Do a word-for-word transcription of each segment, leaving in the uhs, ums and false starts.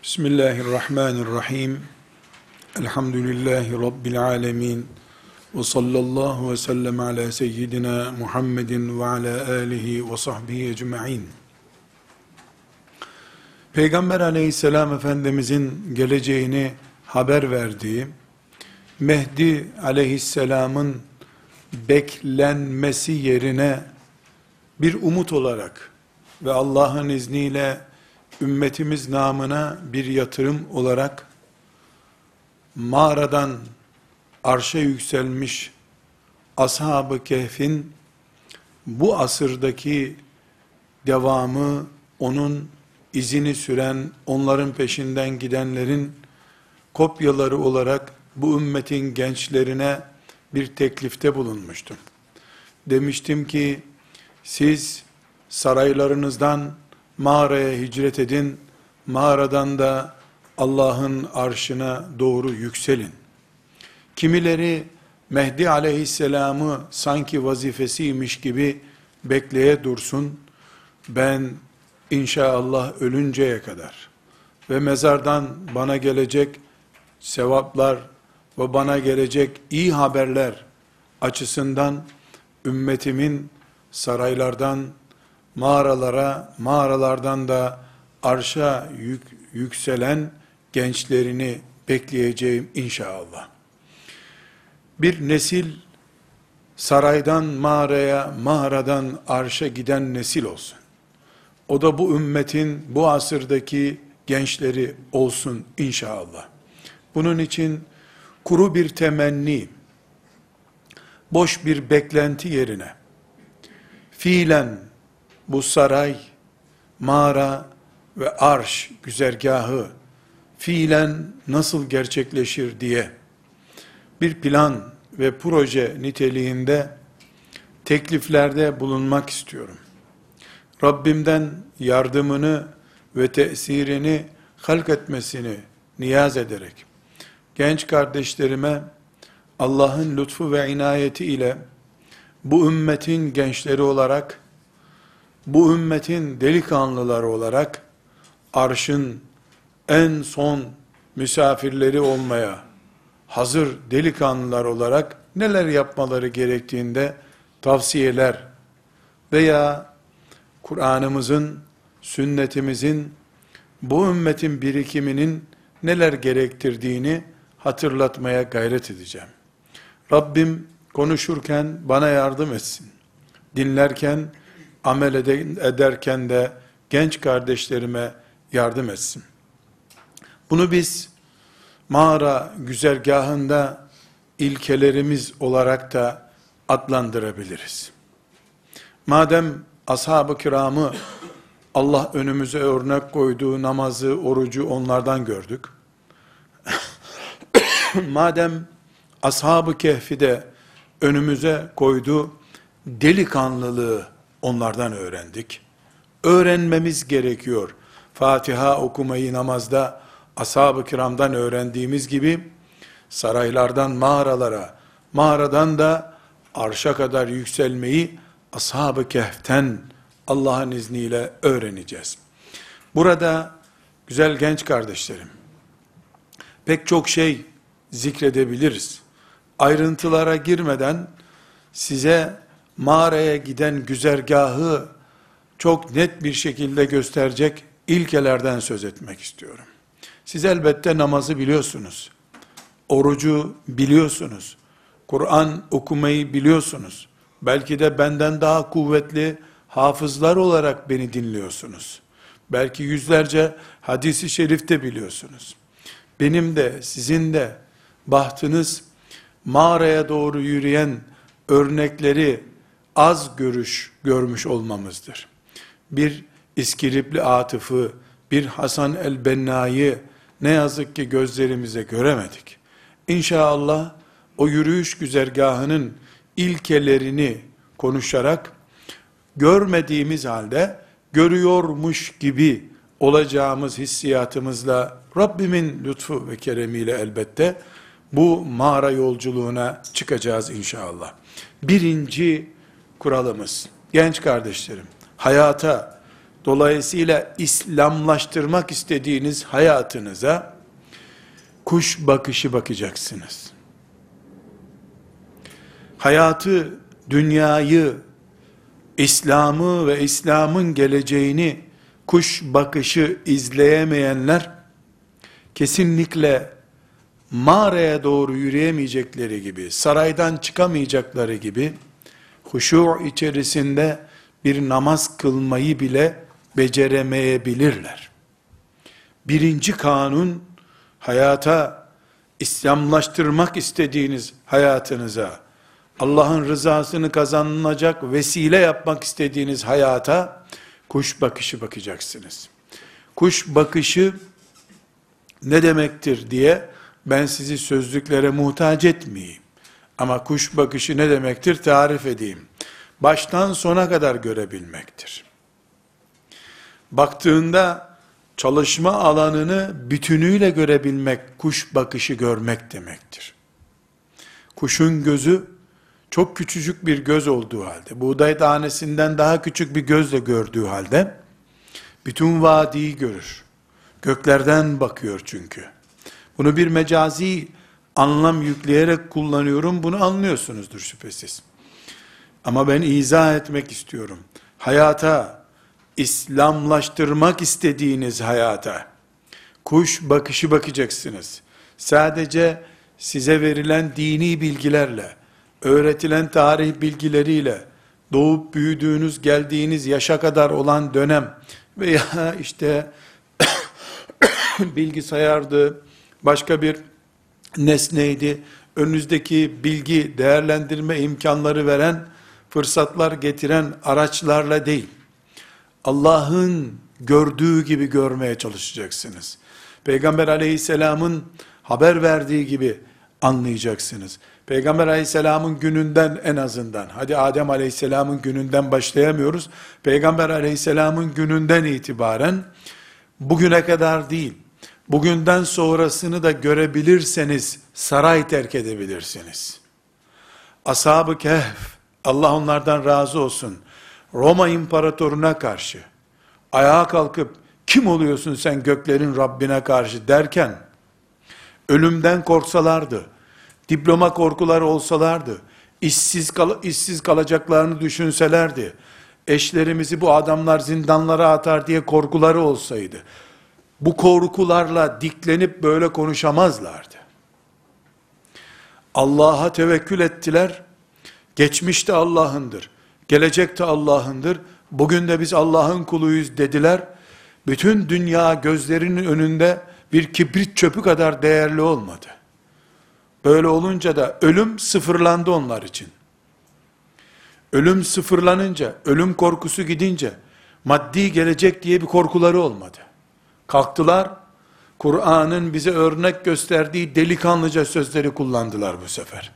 Bismillahirrahmanirrahim. Elhamdülillahi Rabbil alemin. Ve sallallahu ve sellem ala seyyidina Muhammedin ve ala alihi ve sahbihi ecma'in. Peygamber aleyhisselam Efendimizin geleceğini haber verdiği, Mehdi aleyhisselamın beklenmesi yerine bir umut olarak ve Allah'ın izniyle ümmetimiz namına bir yatırım olarak mağaradan arşa yükselmiş Ashab-ı Kehf'in bu asırdaki devamı, onun izini süren, onların peşinden gidenlerin kopyaları olarak bu ümmetin gençlerine bir teklifte bulunmuştum. Demiştim ki, siz saraylarınızdan mağaraya hicret edin, mağaradan da Allah'ın arşına doğru yükselin. Kimileri Mehdi aleyhisselamı sanki vazifesiymiş gibi bekleye dursun, ben inşallah ölünceye kadar ve mezardan bana gelecek sevaplar ve bana gelecek iyi haberler açısından ümmetimin saraylardan mağaralara, mağaralardan da arşa yük, yükselen gençlerini bekleyeceğim inşallah. Bir nesil saraydan mağaraya, mağaradan arşa giden nesil olsun. O da bu ümmetin, bu asırdaki gençleri olsun inşallah. Bunun için kuru bir temenni, boş bir beklenti yerine, fiilen bu saray, mağara ve arş güzergahı fiilen nasıl gerçekleşir diye bir plan ve proje niteliğinde tekliflerde bulunmak istiyorum. Rabbimden yardımını ve tesirini halk etmesini niyaz ederek genç kardeşlerime Allah'ın lütfu ve inayeti ile bu ümmetin gençleri olarak, bu ümmetin delikanlıları olarak arşın en son misafirleri olmaya hazır delikanlılar olarak neler yapmaları gerektiğinde tavsiyeler veya Kur'an'ımızın, sünnetimizin, bu ümmetin birikiminin neler gerektirdiğini hatırlatmaya gayret edeceğim. Rabbim konuşurken bana yardım etsin. Dinlerken, amel ederken de genç kardeşlerime yardım etsin. Bunu biz mağara güzergahında ilkelerimiz olarak da adlandırabiliriz. Madem ashab-ı kiramı Allah önümüze örnek koyduğu namazı, orucu onlardan gördük. Madem ashab-ı kehfi de önümüze koydu, delikanlılığı onlardan öğrendik. Öğrenmemiz gerekiyor. Fatiha okumayı namazda ashab-ı kiramdan öğrendiğimiz gibi saraylardan mağaralara, mağaradan da arşa kadar yükselmeyi ashab-ı kehften Allah'ın izniyle öğreneceğiz. Burada güzel genç kardeşlerim, pek çok şey zikredebiliriz. Ayrıntılara girmeden size mağaraya giden güzergahı çok net bir şekilde gösterecek ilkelerden söz etmek istiyorum. Siz elbette namazı biliyorsunuz. Orucu biliyorsunuz. Kur'an okumayı biliyorsunuz. Belki de benden daha kuvvetli hafızlar olarak beni dinliyorsunuz. Belki yüzlerce hadisi şerifte biliyorsunuz. Benim de sizin de bahtınız mağaraya doğru yürüyen örnekleri az görüş görmüş olmamızdır. Bir İskilipli Atıf'ı, bir Hasan el-Benna'yı ne yazık ki gözlerimize göremedik. İnşallah o yürüyüş güzergahının ilkelerini konuşarak görmediğimiz halde görüyormuş gibi olacağımız hissiyatımızla Rabbimin lütfu ve keremiyle elbette bu mağara yolculuğuna çıkacağız inşallah. Birinci kuralımız, genç kardeşlerim, hayata Dolayısıyla İslamlaştırmak istediğiniz hayatınıza kuş bakışı bakacaksınız. Hayatı, dünyayı, İslam'ı ve İslam'ın geleceğini kuş bakışı izleyemeyenler kesinlikle mağaraya doğru yürüyemeyecekleri gibi, saraydan çıkamayacakları gibi huşu içerisinde bir namaz kılmayı bile beceremeyebilirler. Birinci kanun, hayata, İslamlaştırmak istediğiniz hayatınıza, Allah'ın rızasını kazanılacak vesile yapmak istediğiniz hayata kuş bakışı bakacaksınız. Kuş bakışı ne demektir diye ben sizi sözlüklere muhtaç etmeyeyim. Ama kuş bakışı ne demektir tarif edeyim. Baştan sona kadar görebilmektir. Baktığında çalışma alanını bütünüyle görebilmek, kuş bakışı görmek demektir. Kuşun gözü çok küçücük bir göz olduğu halde, buğday tanesinden daha küçük bir gözle gördüğü halde, bütün vadiyi görür. Göklerden bakıyor çünkü. Bunu bir mecazi anlam yükleyerek kullanıyorum, bunu anlıyorsunuzdur şüphesiz. Ama ben izah etmek istiyorum. Hayata, İslamlaştırmak istediğiniz hayata, kuş bakışı bakacaksınız. Sadece size verilen dini bilgilerle, öğretilen tarih bilgileriyle, doğup büyüdüğünüz, geldiğiniz yaşa kadar olan dönem veya işte bilgisayardı, başka bir nesneydi, önünüzdeki bilgi, değerlendirme imkanları veren, fırsatlar getiren araçlarla değil, Allah'ın gördüğü gibi görmeye çalışacaksınız. Peygamber aleyhisselamın haber verdiği gibi anlayacaksınız. Peygamber aleyhisselamın gününden en azından, hadi Adem aleyhisselamın gününden başlayamıyoruz, Peygamber aleyhisselamın gününden itibaren, bugüne kadar değil, bugünden sonrasını da görebilirseniz, saray terk edebilirsiniz. Ashab-ı Kehf, Allah onlardan razı olsun, Roma imparatoruna karşı, ayağa kalkıp, kim oluyorsun sen göklerin Rabbine karşı derken, ölümden korksalardı, diploma korkuları olsalardı, işsiz, kal işsiz kalacaklarını düşünselerdi, eşlerimizi bu adamlar zindanlara atar diye korkuları olsaydı, bu korkularla diklenip böyle konuşamazlardı. Allah'a tevekkül ettiler, geçmiş de Allah'ındır, gelecek de Allah'ındır, bugün de biz Allah'ın kuluyuz dediler, bütün dünya gözlerinin önünde bir kibrit çöpü kadar değerli olmadı. Böyle olunca da ölüm sıfırlandı onlar için. Ölüm sıfırlanınca, ölüm korkusu gidince, maddi gelecek diye bir korkuları olmadı. Kalktılar, Kur'an'ın bize örnek gösterdiği delikanlıca sözleri kullandılar bu sefer.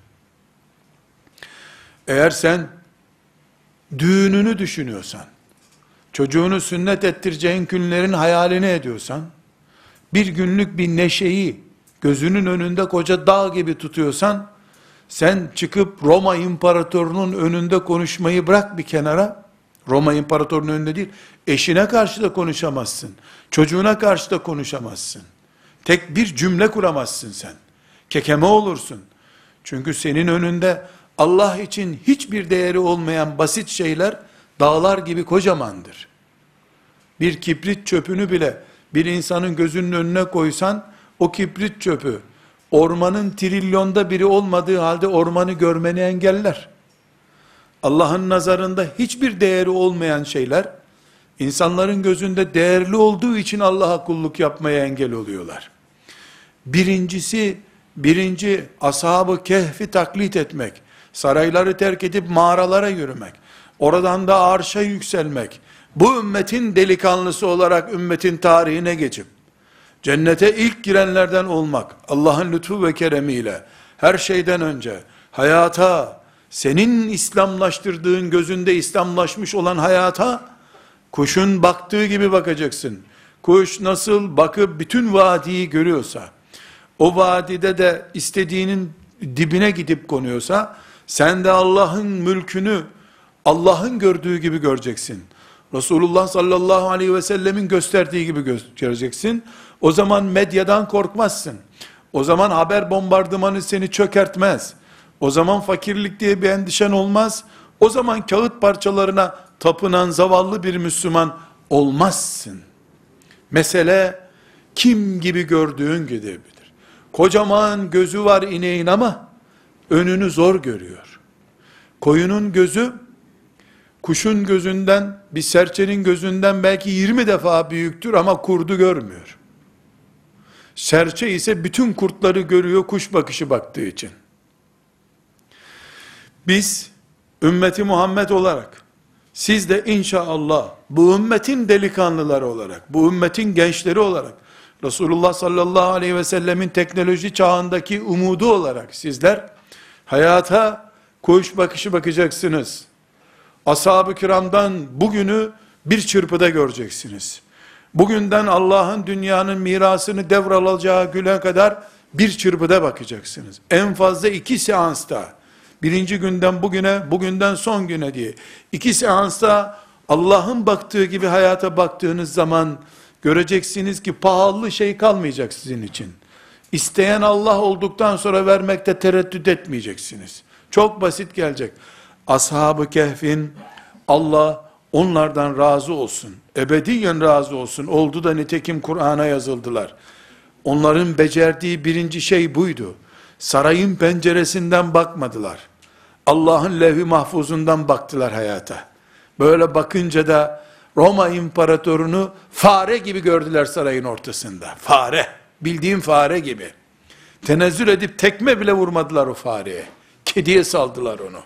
Eğer sen, düğününü düşünüyorsan, çocuğunu sünnet ettireceğin günlerin hayalini ediyorsan, bir günlük bir neşeyi, gözünün önünde koca dağ gibi tutuyorsan, sen çıkıp Roma imparatorunun önünde konuşmayı bırak bir kenara, Roma imparatorunun önünde değil, eşine karşı da konuşamazsın, çocuğuna karşı da konuşamazsın, tek bir cümle kuramazsın sen, kekeme olursun, çünkü senin önünde Allah için hiçbir değeri olmayan basit şeyler, dağlar gibi kocamandır. Bir kibrit çöpünü bile, bir insanın gözünün önüne koysan, o kibrit çöpü, ormanın trilyonda biri olmadığı halde ormanı görmeni engeller. Allah'ın nazarında hiçbir değeri olmayan şeyler, insanların gözünde değerli olduğu için Allah'a kulluk yapmaya engel oluyorlar. Birincisi, birinci ashab-ı kehfi taklit etmek, sarayları terk edip mağaralara yürümek, oradan da arşa yükselmek, bu ümmetin delikanlısı olarak ümmetin tarihine geçip, cennete ilk girenlerden olmak, Allah'ın lütfu ve keremiyle, her şeyden önce, hayata, senin İslamlaştırdığın, gözünde İslamlaşmış olan hayata, kuşun baktığı gibi bakacaksın. Kuş nasıl bakıp bütün vadiyi görüyorsa, o vadide de istediğinin dibine gidip konuyorsa, sen de Allah'ın mülkünü, Allah'ın gördüğü gibi göreceksin. Resulullah sallallahu aleyhi ve sellemin gösterdiği gibi göstereceksin. O zaman medyadan korkmazsın. O zaman haber bombardımanı seni çökertmez. O zaman fakirlik diye bir endişen olmaz. O zaman kağıt parçalarına tapınan zavallı bir Müslüman olmazsın. Mesele kim gibi gördüğün gibidir. Kocaman gözü var ineğin ama önünü zor görüyor. Koyunun gözü kuşun gözünden, bir serçenin gözünden belki yirmi defa büyüktür ama kurdu görmüyor. Serçe ise bütün kurtları görüyor kuş bakışı baktığı için. Biz ümmeti Muhammed olarak, siz de inşallah bu ümmetin delikanlıları olarak, bu ümmetin gençleri olarak, Resulullah sallallahu aleyhi ve sellemin teknoloji çağındaki umudu olarak sizler hayata kuş bakışı bakacaksınız. Ashab-ı kiramdan bugünü bir çırpıda göreceksiniz. Bugünden Allah'ın dünyanın mirasını devralacağı güne kadar bir çırpıda bakacaksınız. En fazla iki seansta, birinci günden bugüne, bugünden son güne diye, iki seansta Allah'ın baktığı gibi hayata baktığınız zaman, göreceksiniz ki pahalı şey kalmayacak sizin için. İsteyen Allah olduktan sonra vermekte tereddüt etmeyeceksiniz. Çok basit gelecek. Ashab-ı Kehf'in Allah onlardan razı olsun, ebediyen razı olsun, oldu da nitekim Kur'an'a yazıldılar. Onların becerdiği birinci şey buydu. Sarayın penceresinden bakmadılar. Allah'ın levh-i mahfuzundan baktılar hayata. Böyle bakınca da Roma imparatorunu fare gibi gördüler sarayın ortasında. Fare, bildiğin fare gibi. Tenezzül edip tekme bile vurmadılar o fareye. Kediye saldılar onu.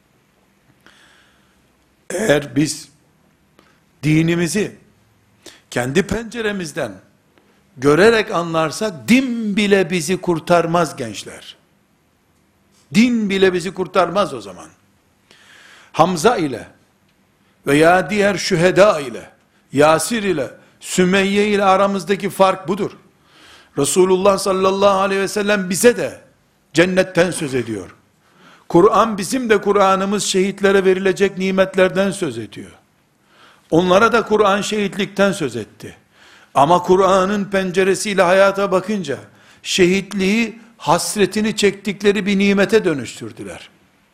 Eğer biz dinimizi kendi penceremizden görerek anlarsak, din bile bizi kurtarmaz gençler. Din bile bizi kurtarmaz o zaman. Hamza ile veya diğer şüheda ile, Yasir ile, Sümeyye ile aramızdaki fark budur. Resulullah sallallahu aleyhi ve sellem bize de cennetten söz ediyor. Kur'an, bizim de Kur'an'ımız şehitlere verilecek nimetlerden söz ediyor. Onlara da Kur'an şehitlikten söz etti. Ama Kur'an'ın penceresiyle hayata bakınca, şehitliği hasretini çektikleri bir nimete dönüştürdüler.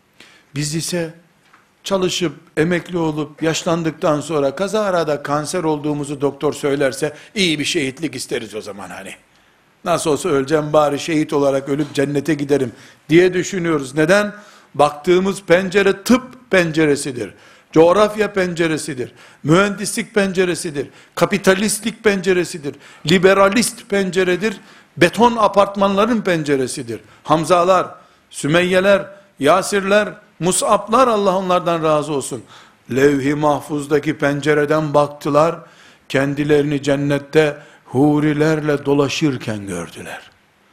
Biz ise çalışıp, emekli olup, yaşlandıktan sonra kazara kanser olduğumuzu doktor söylerse, iyi bir şehitlik isteriz o zaman hani. Nasıl olsa öleceğim, bari şehit olarak ölüp cennete giderim diye düşünüyoruz. Neden? Baktığımız pencere tıp penceresidir. Coğrafya penceresidir. Mühendislik penceresidir. Kapitalistlik penceresidir. Liberalist penceredir. Beton apartmanların penceresidir. Hamzalar, Sümeyyeler, Yasirler, Mus'ablar, Allah onlardan razı olsun. Levh-i mahfuzdaki pencereden baktılar, kendilerini cennette hurilerle dolaşırken gördüler.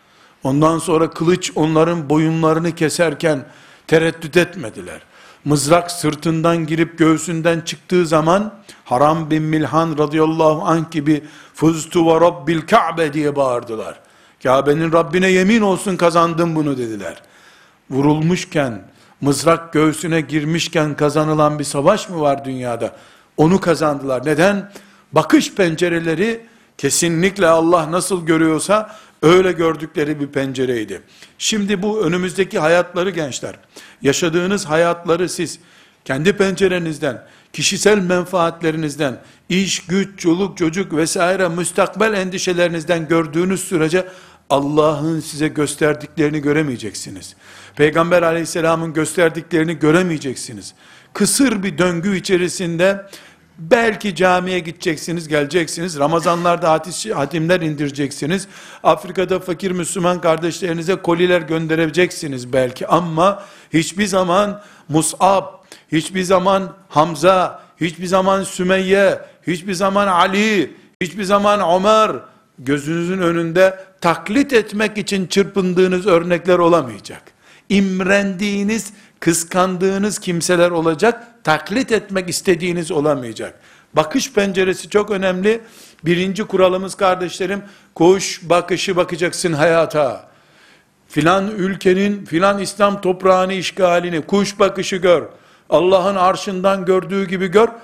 Ondan sonra kılıç onların boyunlarını keserken tereddüt etmediler. Mızrak sırtından girip göğsünden çıktığı zaman, Haram bin Milhan radıyallahu anh gibi, fuztu ve rabbil Ka'be diye bağırdılar. Kabe'nin Rabbine yemin olsun kazandım bunu dediler. Vurulmuşken, mızrak göğsüne girmişken kazanılan bir savaş mı var dünyada? Onu kazandılar. Neden? Bakış pencereleri kesinlikle Allah nasıl görüyorsa öyle gördükleri bir pencereydi. Şimdi bu önümüzdeki hayatları gençler, yaşadığınız hayatları siz kendi pencerenizden, kişisel menfaatlerinizden, iş, güç, çoluk, çocuk vesaire müstakbel endişelerinizden gördüğünüz sürece Allah'ın size gösterdiklerini göremeyeceksiniz. Peygamber aleyhisselamın gösterdiklerini göremeyeceksiniz. Kısır bir döngü içerisinde belki camiye gideceksiniz, geleceksiniz. Ramazanlarda hadis, hatimler indireceksiniz. Afrika'da fakir Müslüman kardeşlerinize koliler göndereceksiniz belki. Ama hiçbir zaman Mus'ab, hiçbir zaman Hamza, hiçbir zaman Sümeyye, hiçbir zaman Ali, hiçbir zaman Ömer, gözünüzün önünde taklit etmek için çırpındığınız örnekler olamayacak. İmrendiğiniz, kıskandığınız kimseler olacak, taklit etmek istediğiniz olamayacak. Bakış penceresi çok önemli. Birinci kuralımız kardeşlerim, kuş bakışı bakacaksın hayata. Filan ülkenin, filan İslam toprağını işgalini, kuş bakışı gör. Allah'ın arşından gördüğü gibi gör.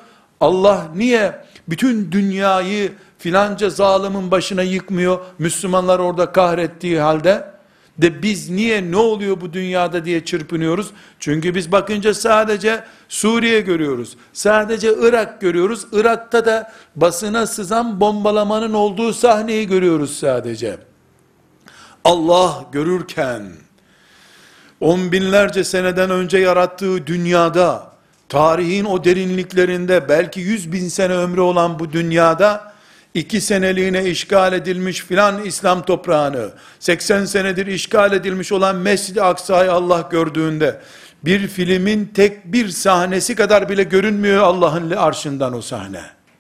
Allah niye bütün dünyayı filanca zalimin başına yıkmıyor, Müslümanlar orada kahrettiği halde, de biz niye ne oluyor bu dünyada diye çırpınıyoruz? Çünkü biz bakınca sadece Suriye görüyoruz. Sadece Irak görüyoruz. Irak'ta da basına sızan bombalamanın olduğu sahneyi görüyoruz sadece. Allah görürken, on binlerce seneden önce yarattığı dünyada, tarihin o derinliklerinde, belki yüz bin sene ömrü olan bu dünyada, iki seneliğine işgal edilmiş filan İslam toprağını, seksen senedir işgal edilmiş olan Mescid-i Aksa'yı Allah gördüğünde, bir filmin tek bir sahnesi kadar bile görünmüyor Allah'ın arşından o sahne.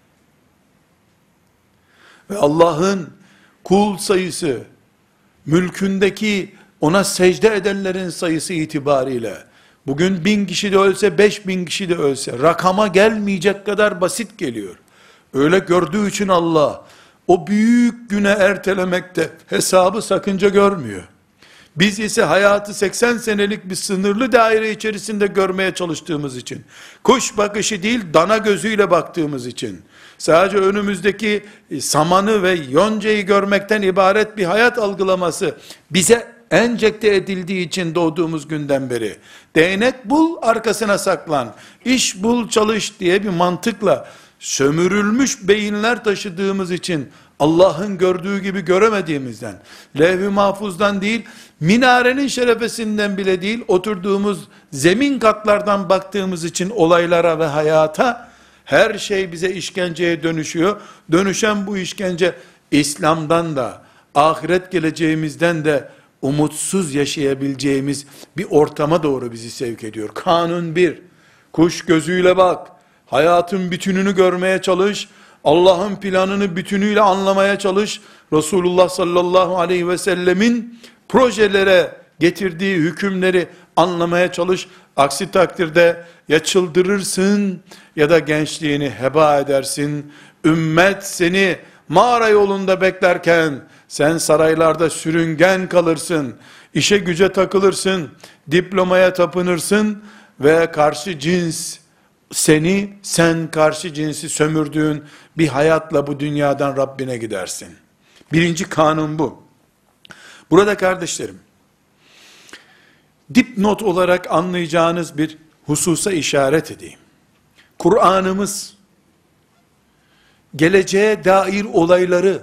Ve Allah'ın kul sayısı, mülkündeki ona secde edenlerin sayısı itibariyle, bugün bin kişi de ölse, beş bin kişi de ölse, rakama gelmeyecek kadar basit geliyor. Öyle gördüğü için Allah, o büyük güne ertelemekte hesabı sakınca görmüyor. Biz ise hayatı seksen senelik bir sınırlı daire içerisinde görmeye çalıştığımız için, kuş bakışı değil dana gözüyle baktığımız için, sadece önümüzdeki samanı ve yoncayı görmekten ibaret bir hayat algılaması bize enjekte edildiği için doğduğumuz günden beri, değnek bul arkasına saklan, iş bul çalış diye bir mantıkla sömürülmüş beyinler taşıdığımız için, Allah'ın gördüğü gibi göremediğimizden, levh-i mahfuzdan değil, minarenin şerefesinden bile değil, oturduğumuz zemin katlardan baktığımız için olaylara ve hayata, her şey bize işkenceye dönüşüyor. Dönüşen bu işkence, İslam'dan da, ahiret geleceğimizden de, umutsuz yaşayabileceğimiz bir ortama doğru bizi sevk ediyor. Kanun bir, kuş gözüyle bak, hayatın bütününü görmeye çalış, Allah'ın planını bütünüyle anlamaya çalış, Resulullah sallallahu aleyhi ve sellemin projelere getirdiği hükümleri anlamaya çalış. Aksi takdirde ya çıldırırsın ya da gençliğini heba edersin. Ümmet seni mağara yolunda beklerken sen saraylarda sürüngen kalırsın. İşe güce takılırsın, diplomaya tapınırsın ve karşı cins seni, sen karşı cinsi sömürdüğün bir hayatla bu dünyadan Rabbine gidersin. Birinci kanun bu. Burada kardeşlerim, dipnot olarak anlayacağınız bir hususa işaret edeyim. Kur'an'ımız, geleceğe dair olayları,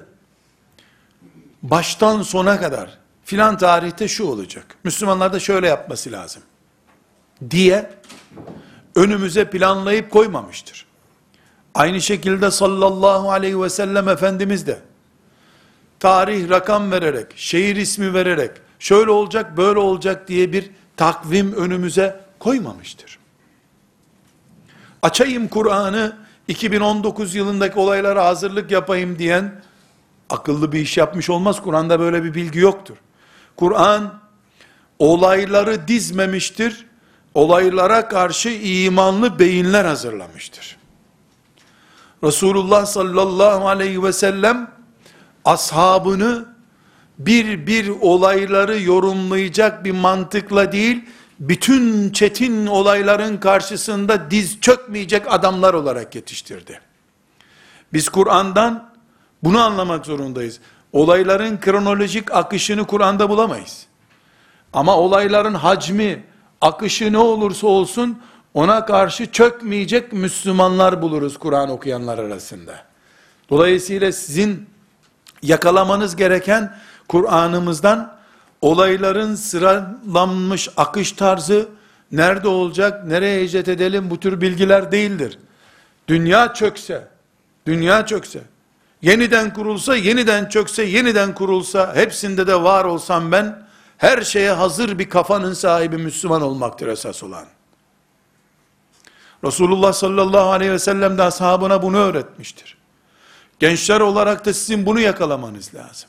baştan sona kadar, filan tarihte şu olacak, Müslümanlar da şöyle yapması lazım, diye, önümüze planlayıp koymamıştır. Aynı şekilde sallallahu aleyhi ve sellem Efendimiz de, tarih rakam vererek, şehir ismi vererek, şöyle olacak, böyle olacak diye bir takvim önümüze koymamıştır. Açayım Kur'an'ı, iki bin on dokuz yılındaki olaylara hazırlık yapayım diyen, akıllı bir iş yapmış olmaz. Kur'an'da böyle bir bilgi yoktur. Kur'an, olayları dizmemiştir, olaylara karşı imanlı beyinler hazırlamıştır. Resulullah sallallahu aleyhi ve sellem, ashabını bir bir olayları yorumlayacak bir mantıkla değil, bütün çetin olayların karşısında diz çökmeyecek adamlar olarak yetiştirdi. Biz Kur'an'dan bunu anlamak zorundayız. Olayların kronolojik akışını Kur'an'da bulamayız. Ama olayların hacmi, akışı ne olursa olsun, ona karşı çökmeyecek Müslümanlar buluruz Kur'an okuyanlar arasında. Dolayısıyla sizin yakalamanız gereken, Kur'an'ımızdan olayların sıralanmış akış tarzı, nerede olacak, nereye hicret edelim, bu tür bilgiler değildir. Dünya çökse, dünya çökse, yeniden kurulsa, yeniden çökse, yeniden kurulsa, hepsinde de var olsam ben, her şeye hazır bir kafanın sahibi Müslüman olmaktır esas olan. Resulullah sallallahu aleyhi ve sellem de ashabına bunu öğretmiştir. Gençler olarak da sizin bunu yakalamanız lazım.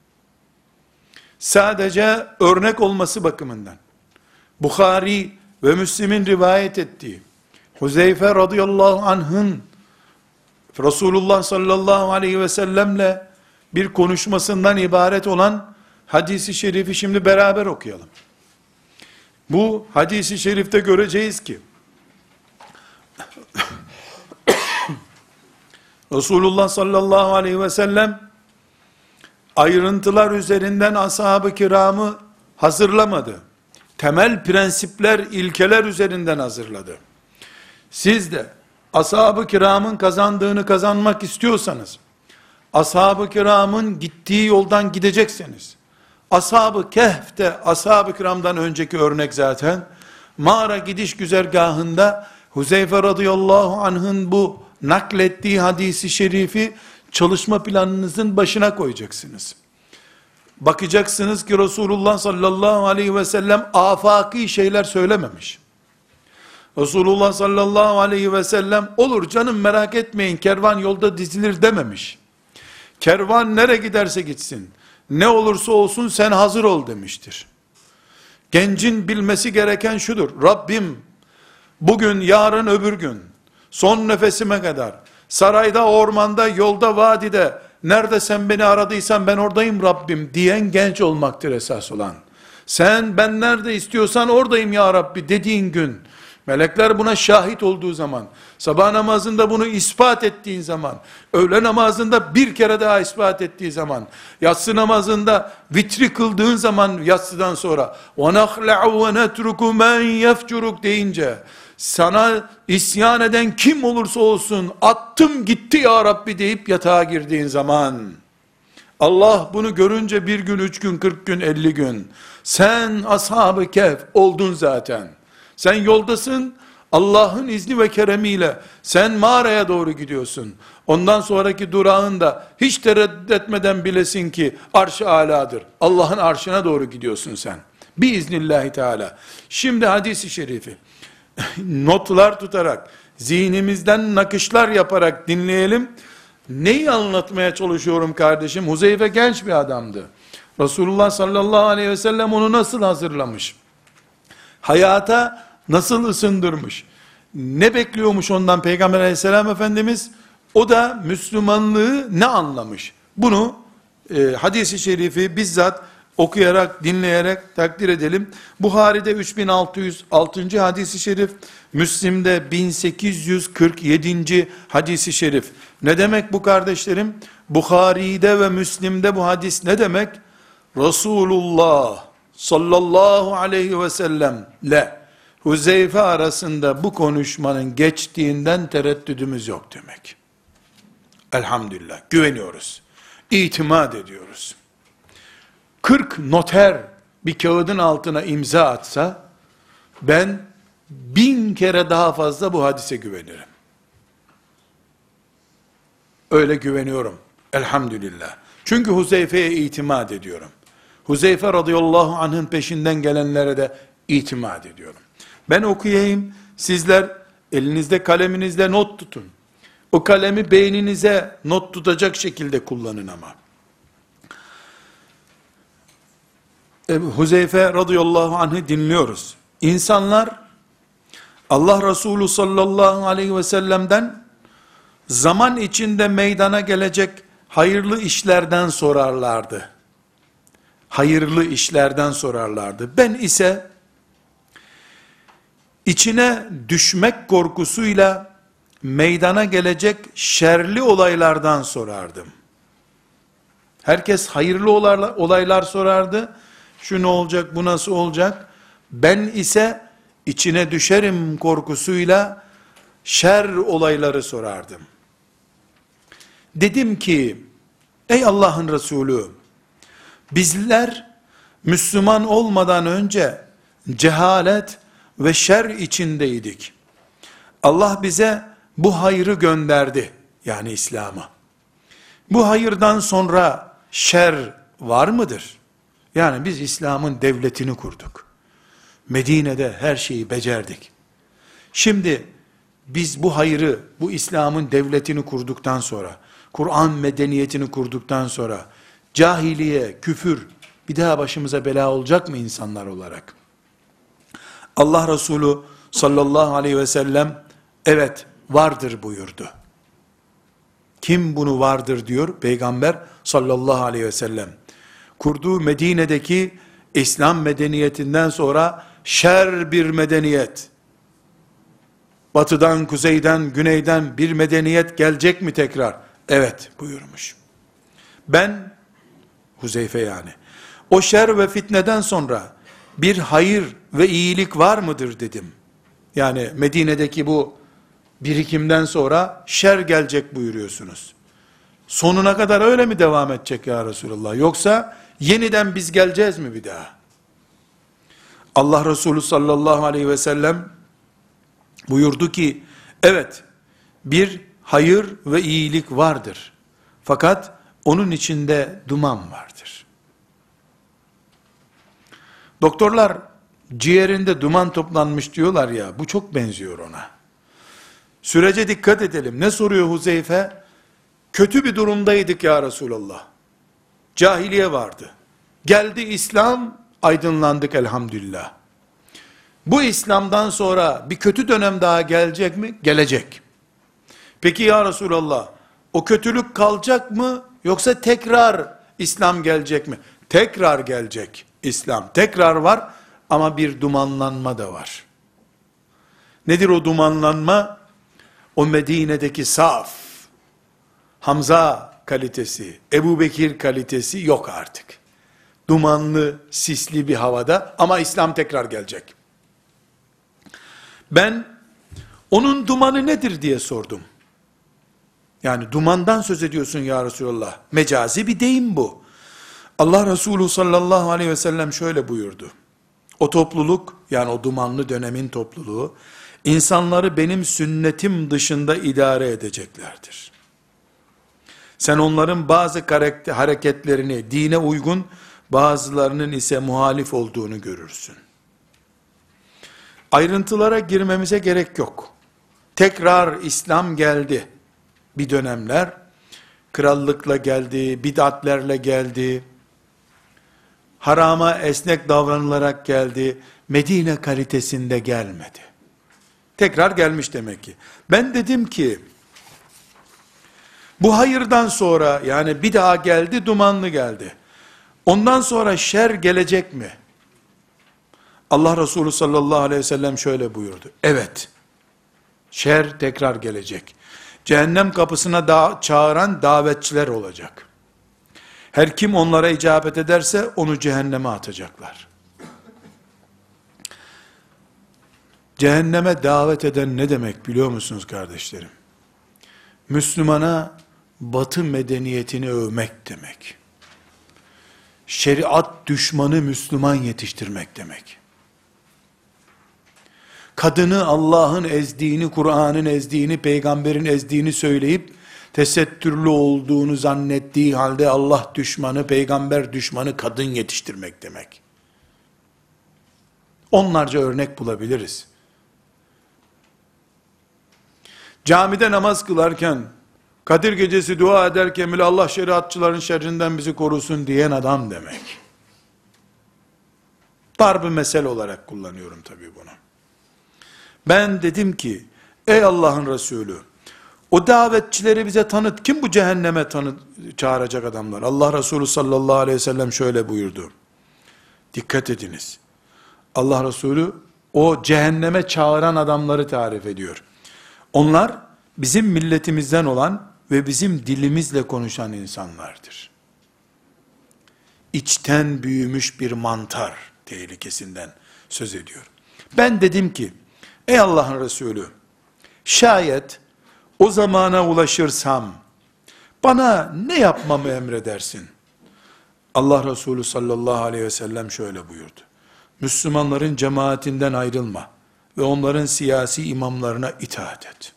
Sadece örnek olması bakımından, Bukhari ve Müslim'in rivayet ettiği, Huzeyfe radıyallahu anh'ın, Resulullah sallallahu aleyhi ve sellemle bir konuşmasından ibaret olan hadisi şerifi şimdi beraber okuyalım. Bu hadisi şerifte göreceğiz ki, Resulullah sallallahu aleyhi ve sellem ayrıntılar üzerinden ashab-ı kiramı hazırlamadı. Temel prensipler, ilkeler üzerinden hazırladı. Siz de ashab-ı kiramın kazandığını kazanmak istiyorsanız, ashab-ı kiramın gittiği yoldan gidecekseniz, ashab-ı kehfte, ashab-ı kiramdan önceki örnek zaten, mağara gidiş güzergahında, Huzeyfe radıyallahu anh'ın bu naklettiği hadisi şerifi, çalışma planınızın başına koyacaksınız. Bakacaksınız ki Resulullah sallallahu aleyhi ve sellem afaki şeyler söylememiş. Resulullah sallallahu aleyhi ve sellem olur canım merak etmeyin kervan yolda dizilir dememiş. Kervan nereye giderse gitsin, ne olursa olsun sen hazır ol demiştir. Gencin bilmesi gereken şudur: Rabbim bugün, yarın, öbür gün, son nefesime kadar, sarayda, ormanda, yolda, vadide, nerede sen beni aradıysan ben oradayım Rabbim diyen genç olmaktır esas olan. Sen ben nerede istiyorsan oradayım ya Rabbi dediğin gün, melekler buna şahit olduğu zaman, sabah namazında bunu ispat ettiğin zaman, öğle namazında bir kere daha ispat ettiği zaman, yatsı namazında vitri kıldığın zaman yatsıdan sonra, وَنَخْلَعُ وَنَتْرُكُ مَنْ يَفْجُرُكْ deyince, sana isyan eden kim olursa olsun, attım gitti ya Rabbi deyip yatağa girdiğin zaman, Allah bunu görünce bir gün, üç gün, kırk gün, elli gün, sen ashab-ı kehf oldun zaten. Sen yoldasın, Allah'ın izni ve keremiyle, sen mağaraya doğru gidiyorsun. Ondan sonraki durağın da hiç tereddüt etmeden bilesin ki, arş-ı aladır. Allah'ın arşına doğru gidiyorsun sen. Biiznillahü teala. Şimdi hadis-i şerifi, notlar tutarak, zihnimizden nakışlar yaparak dinleyelim. Neyi anlatmaya çalışıyorum kardeşim? Huzeyfe genç bir adamdı. Resulullah sallallahu aleyhi ve sellem onu nasıl hazırlamış? Hayata nasıl ısındırmış? Ne bekliyormuş ondan Peygamber aleyhisselam Efendimiz? O da Müslümanlığı ne anlamış? Bunu e, hadis-i şerifi bizzat okuyarak, dinleyerek takdir edelim. Buhari'de üç bin altı yüz altıncı hadis-i şerif, Müslim'de bin sekiz yüz kırk yedinci hadis-i şerif. Ne demek bu kardeşlerim? Buhari'de ve Müslim'de bu hadis ne demek? Resulullah sallallahu aleyhi ve sellemle Huzeyfe arasında bu konuşmanın geçtiğinden tereddüdümüz yok demek. Elhamdülillah, güveniyoruz, itimat ediyoruz. kırk noter bir kağıdın altına imza atsa, ben bin kere daha fazla bu hadise güvenirim. Öyle güveniyorum, elhamdülillah. Çünkü Huzeyfe'ye itimat ediyorum. Huzeyfe radıyallahu anh'ın peşinden gelenlere de itimat ediyorum. Ben okuyayım, sizler elinizde kaleminizle not tutun. O kalemi beyninize not tutacak şekilde kullanın ama. Huzeyfe radıyallahu anh'ı dinliyoruz. İnsanlar Allah Resulü sallallahu aleyhi ve sellem'den zaman içinde meydana gelecek hayırlı işlerden sorarlardı. Hayırlı işlerden sorarlardı. Ben ise içine düşmek korkusuyla meydana gelecek şerli olaylardan sorardım. Herkes hayırlı olaylar, olaylar sorardı. Şu ne olacak, bu nasıl olacak? Ben ise içine düşerim korkusuyla şer olayları sorardım. Dedim ki, ey Allah'ın Resulü, bizler Müslüman olmadan önce cehalet ve şer içindeydik. Allah bize bu hayrı gönderdi, yani İslam'ı. Bu hayırdan sonra şer var mıdır? Yani biz İslam'ın devletini kurduk. Medine'de her şeyi becerdik. Şimdi biz bu hayrı, bu İslam'ın devletini kurduktan sonra, Kur'an medeniyetini kurduktan sonra, cahiliye, küfür bir daha başımıza bela olacak mı insanlar olarak? Allah Resulü sallallahu aleyhi ve sellem evet vardır buyurdu. Kim bunu vardır diyor? Peygamber sallallahu aleyhi ve sellem. Kurduğu Medine'deki İslam medeniyetinden sonra şer bir medeniyet, batıdan, kuzeyden, güneyden bir medeniyet gelecek mi tekrar? Evet buyurmuş. Ben, Huzeyfe yani, o şer ve fitneden sonra bir hayır ve iyilik var mıdır dedim. Yani Medine'deki bu birikimden sonra şer gelecek buyuruyorsunuz. Sonuna kadar öyle mi devam edecek ya Resulallah? Yoksa yeniden biz geleceğiz mi bir daha? Allah Resulü sallallahu aleyhi ve sellem buyurdu ki, evet bir hayır ve iyilik vardır. Fakat onun içinde duman vardır. Doktorlar ciğerinde duman toplanmış diyorlar ya, bu çok benziyor ona. Sürece dikkat edelim. Ne soruyor Huzeyfe? Kötü bir durumdaydık ya Resulallah. Cahiliye vardı. Geldi İslam, aydınlandık elhamdülillah. Bu İslam'dan sonra bir kötü dönem daha gelecek mi? Gelecek. Peki ya Resulallah, o kötülük kalacak mı? Yoksa tekrar İslam gelecek mi? Tekrar gelecek İslam. Tekrar var ama bir dumanlanma da var. Nedir o dumanlanma? O Medine'deki saf, Hamza kalitesi, Ebu Bekir kalitesi yok artık. Dumanlı, sisli bir havada ama İslam tekrar gelecek. Ben onun dumanı nedir diye sordum. Yani dumandan söz ediyorsun ya Resulallah. Mecazi bir deyim bu. Allah Resulü sallallahu aleyhi ve sellem şöyle buyurdu. O topluluk, yani o dumanlı dönemin topluluğu, insanları benim sünnetim dışında idare edeceklerdir. Sen onların bazı karakter, hareketlerini dine uygun, bazılarının ise muhalif olduğunu görürsün. Ayrıntılara girmemize gerek yok. Tekrar İslam geldi. Bir dönemler, krallıkla geldi, bid'atlerle geldi, harama esnek davranılarak geldi, Medine kalitesinde gelmedi. Tekrar gelmiş demek ki. Ben dedim ki, bu hayırdan sonra, yani bir daha geldi, dumanlı geldi. Ondan sonra şer gelecek mi? Allah Resulü sallallahu aleyhi ve sellem şöyle buyurdu. Evet, şer tekrar gelecek. Cehennem kapısına da çağıran davetçiler olacak. Her kim onlara icabet ederse onu cehenneme atacaklar. Cehenneme davet eden ne demek biliyor musunuz kardeşlerim? Müslümana Batı medeniyetini övmek demek. Şeriat düşmanı Müslüman yetiştirmek demek. Kadını Allah'ın ezdiğini, Kur'an'ın ezdiğini, peygamberin ezdiğini söyleyip, tesettürlü olduğunu zannettiği halde Allah düşmanı, peygamber düşmanı kadın yetiştirmek demek. Onlarca örnek bulabiliriz. Camide namaz kılarken, Kadir gecesi dua ederken bile Allah şeriatçıların şerrinden bizi korusun diyen adam demek. Dar bir mesele olarak kullanıyorum tabii bunu. Ben dedim ki, ey Allah'ın Resulü, o davetçileri bize tanıt. Kim bu cehenneme tanıt, çağıracak adamlar? Allah Resulü sallallahu aleyhi ve sellem şöyle buyurdu. Dikkat ediniz. Allah Resulü o cehenneme çağıran adamları tarif ediyor. Onlar bizim milletimizden olan ve bizim dilimizle konuşan insanlardır. İçten büyümüş bir mantar tehlikesinden söz ediyor. Ben dedim ki, ey Allah'ın Resulü, şayet o zamana ulaşırsam, bana ne yapmamı emredersin? Allah Resulü sallallahu aleyhi ve sellem şöyle buyurdu. Müslümanların cemaatinden ayrılma ve onların siyasi imamlarına itaat et.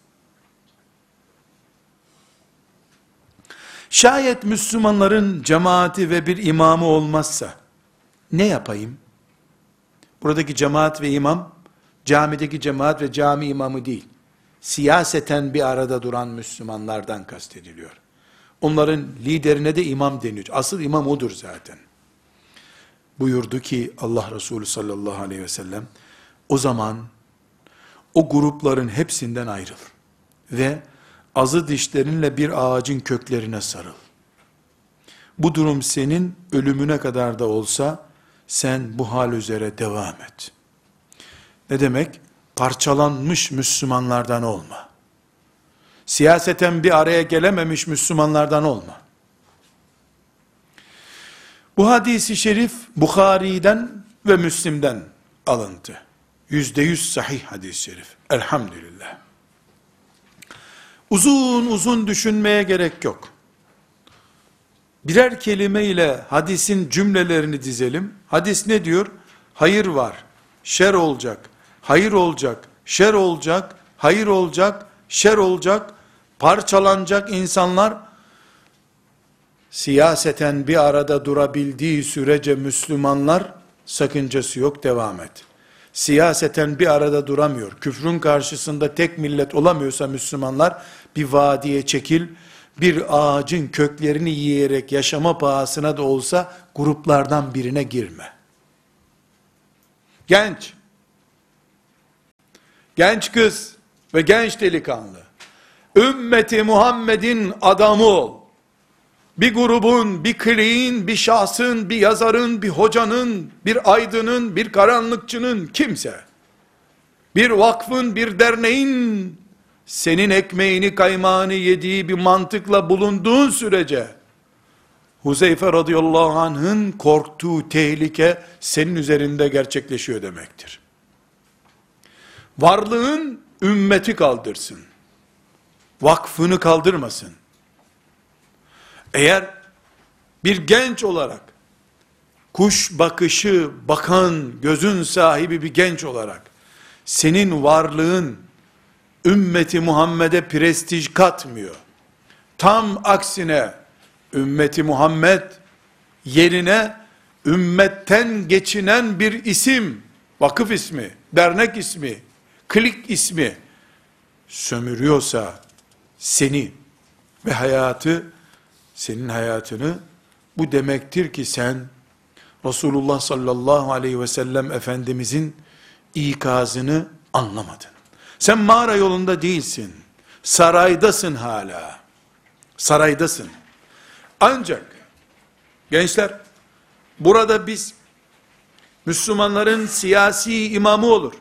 Şayet Müslümanların cemaati ve bir imamı olmazsa, ne yapayım? Buradaki cemaat ve imam, camideki cemaat ve cami imamı değil, siyaseten bir arada duran Müslümanlardan kastediliyor. Onların liderine de imam deniyor. Asıl imam odur zaten. Buyurdu ki Allah Resulü sallallahu aleyhi ve sellem, o zaman o grupların hepsinden ayrıl ve azı dişlerinle bir ağacın köklerine sarıl. Bu durum senin ölümüne kadar da olsa sen bu hal üzere devam et. Ne demek? parçalanmış Müslümanlardan olma. Siyaseten bir araya gelememiş Müslümanlardan olma. Bu hadisi şerif Bukhari'den ve Müslim'den alıntı. Yüzde yüz sahih hadis-i şerif. Elhamdülillah. Uzun uzun düşünmeye gerek yok. Birer kelime ile hadisin cümlelerini dizelim. Hadis ne diyor? Hayır var, şer olacak, hayır olacak, şer olacak, hayır olacak, şer olacak, parçalanacak insanlar. Siyaseten bir arada durabildiği sürece Müslümanlar, sakıncası yok, devam et. Siyaseten bir arada duramıyor, küfrün karşısında tek millet olamıyorsa Müslümanlar, bir vadiye çekil, bir ağacın köklerini yiyerek yaşama pahasına da olsa gruplardan birine girme. Genç, genç kız ve genç delikanlı, ümmeti Muhammed'in adamı ol. Bir grubun, bir kliğin, bir şahsın, bir yazarın, bir hocanın, bir aydının, bir karanlıkçının, kimse, bir vakfın, bir derneğin, senin ekmeğini kaymağını yediği bir mantıkla bulunduğun sürece, Huzeyfe radıyallahu anh'ın korktuğu tehlike, senin üzerinde gerçekleşiyor demektir. Varlığın, ümmeti kaldırsın. Vakfını kaldırmasın. Eğer bir genç olarak, kuş bakışı bakan, gözün sahibi bir genç olarak, senin varlığın, ümmeti Muhammed'e prestij katmıyor. Tam aksine, ümmeti Muhammed, yerine, ümmetten geçinen bir isim, vakıf ismi, dernek ismi, klik ismi, sömürüyorsa, seni ve hayatı, senin hayatını, bu demektir ki sen, Resulullah sallallahu aleyhi ve sellem Efendimizin ikazını anlamadın. Sen mağara yolunda değilsin. Saraydasın hala. Saraydasın. Ancak, gençler, burada biz, Müslümanların siyasi imamı olur.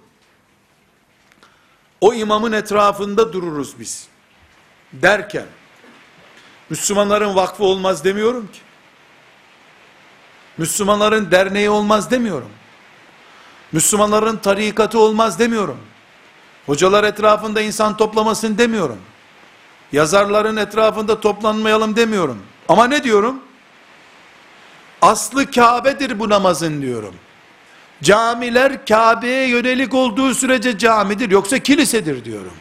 O imamın etrafında dururuz biz. Derken, Müslümanların vakfı olmaz demiyorum ki. Müslümanların derneği olmaz demiyorum. Müslümanların tarikatı olmaz demiyorum. Hocalar etrafında insan toplamasın demiyorum. Yazarların etrafında toplanmayalım demiyorum. Ama ne diyorum? Aslı Kabe'dir bu namazın diyorum. Camiler Kabe'ye yönelik olduğu sürece camidir, yoksa kilisedir diyorum.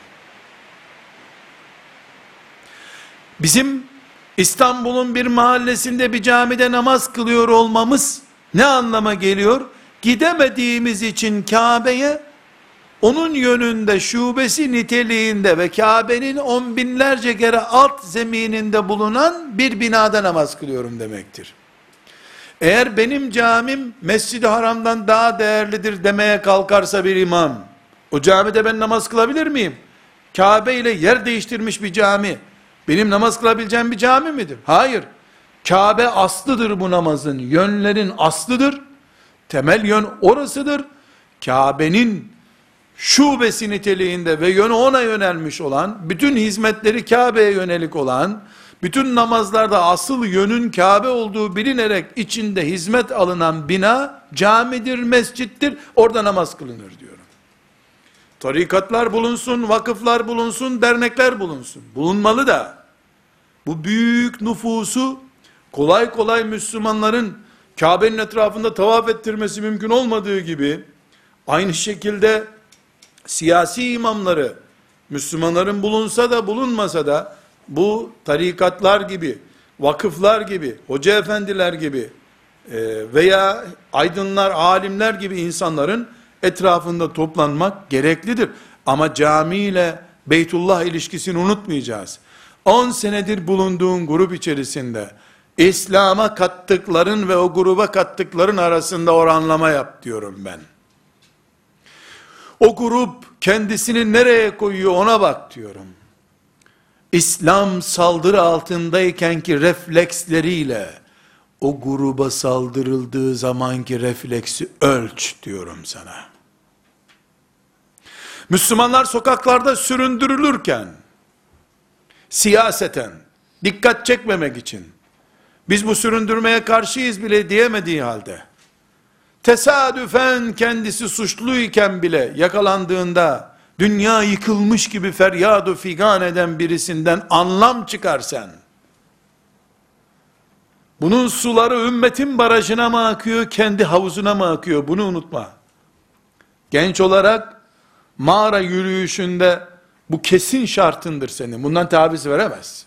Bizim İstanbul'un bir mahallesinde bir camide namaz kılıyor olmamız ne anlama geliyor? Gidemediğimiz için Kabe'ye, onun yönünde, şubesi niteliğinde ve Kabe'nin on binlerce kere alt zemininde bulunan bir binada namaz kılıyorum demektir. Eğer benim camim Mescid-i Haram'dan daha değerlidir demeye kalkarsa bir imam, o camide ben namaz kılabilir miyim? Kabe ile yer değiştirmiş bir cami, benim namaz kılabileceğim bir cami midir? Hayır. Kabe aslıdır bu namazın, yönlerin aslıdır. Temel yön orasıdır. Kabe'nin şubesi niteliğinde ve yönü ona yönelmiş olan, bütün hizmetleri Kabe'ye yönelik olan, bütün namazlarda asıl yönün Kabe olduğu bilinerek içinde hizmet alınan bina, camidir, mescittir, orada namaz kılınır diyorum. Tarikatlar bulunsun, vakıflar bulunsun, dernekler bulunsun. Bulunmalı da, bu büyük nüfusu, kolay kolay Müslümanların, Kabe'nin etrafında tavaf ettirmesi mümkün olmadığı gibi, aynı şekilde, siyasi imamları, Müslümanların bulunsa da bulunmasa da, bu tarikatlar gibi, vakıflar gibi, hoca efendiler gibi, veya aydınlar, alimler gibi insanların etrafında toplanmak gereklidir. Ama cami ile Beytullah ilişkisini unutmayacağız. on senedir bulunduğun grup içerisinde, İslam'a kattıkların ve o gruba kattıkların arasında oranlama yap diyorum ben. O grup kendisini nereye koyuyor ona bak diyorum. İslam saldırı altındayken ki refleksleriyle, o gruba saldırıldığı zamanki refleksi ölç diyorum sana. Müslümanlar sokaklarda süründürülürken, siyaseten, dikkat çekmemek için, biz bu süründürmeye karşıyız bile diyemediği halde, tesadüfen kendisi suçluyken bile yakalandığında, dünya yıkılmış gibi feryadu figan eden birisinden anlam çıkarsan, bunun suları ümmetin barajına mı akıyor, kendi havuzuna mı akıyor, bunu unutma. Genç olarak, mağara yürüyüşünde, bu kesin şartındır senin, bundan taviz veremez.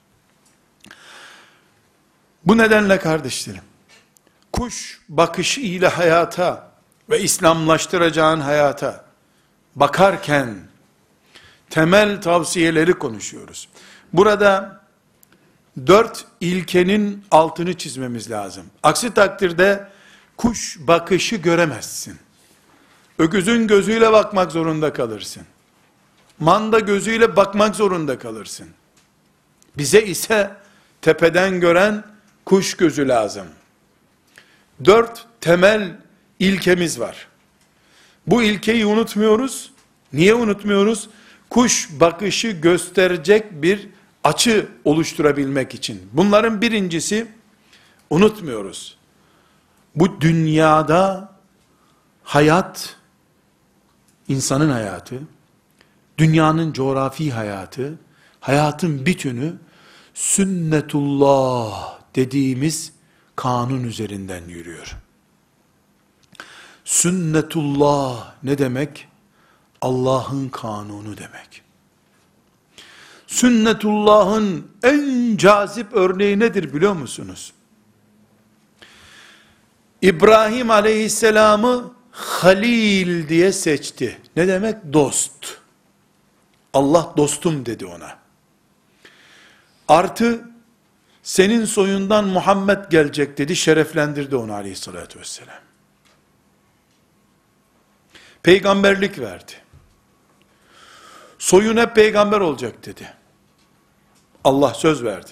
Bu nedenle kardeşlerim, kuş bakışı ile hayata ve İslamlaştıracağın hayata bakarken, temel tavsiyeleri konuşuyoruz. Burada, dört ilkenin altını çizmemiz lazım. Aksi takdirde, kuş bakışı göremezsin. Öküzün gözüyle bakmak zorunda kalırsın. Manda gözüyle bakmak zorunda kalırsın. Bize ise, tepeden gören, kuş gözü lazım. Dört temel ilkemiz var. Bu ilkeyi unutmuyoruz. Niye unutmuyoruz? Kuş bakışı gösterecek bir açı oluşturabilmek için. Bunların birincisi, unutmuyoruz. Bu dünyada hayat, insanın hayatı, dünyanın coğrafi hayatı, hayatın bütünü, sünnetullah dediğimiz kanun üzerinden yürüyor. Sünnetullah ne demek? Allah'ın kanunu demek. Sünnetullah'ın en cazip örneği nedir biliyor musunuz? İbrahim aleyhisselamı Halil diye seçti. Ne demek? Dost. Allah dostum dedi ona. Artı, senin soyundan Muhammed gelecek dedi, şereflendirdi onu aleyhissalatü vesselam. Peygamberlik verdi. Soyun hep peygamber olacak dedi. Allah söz verdi.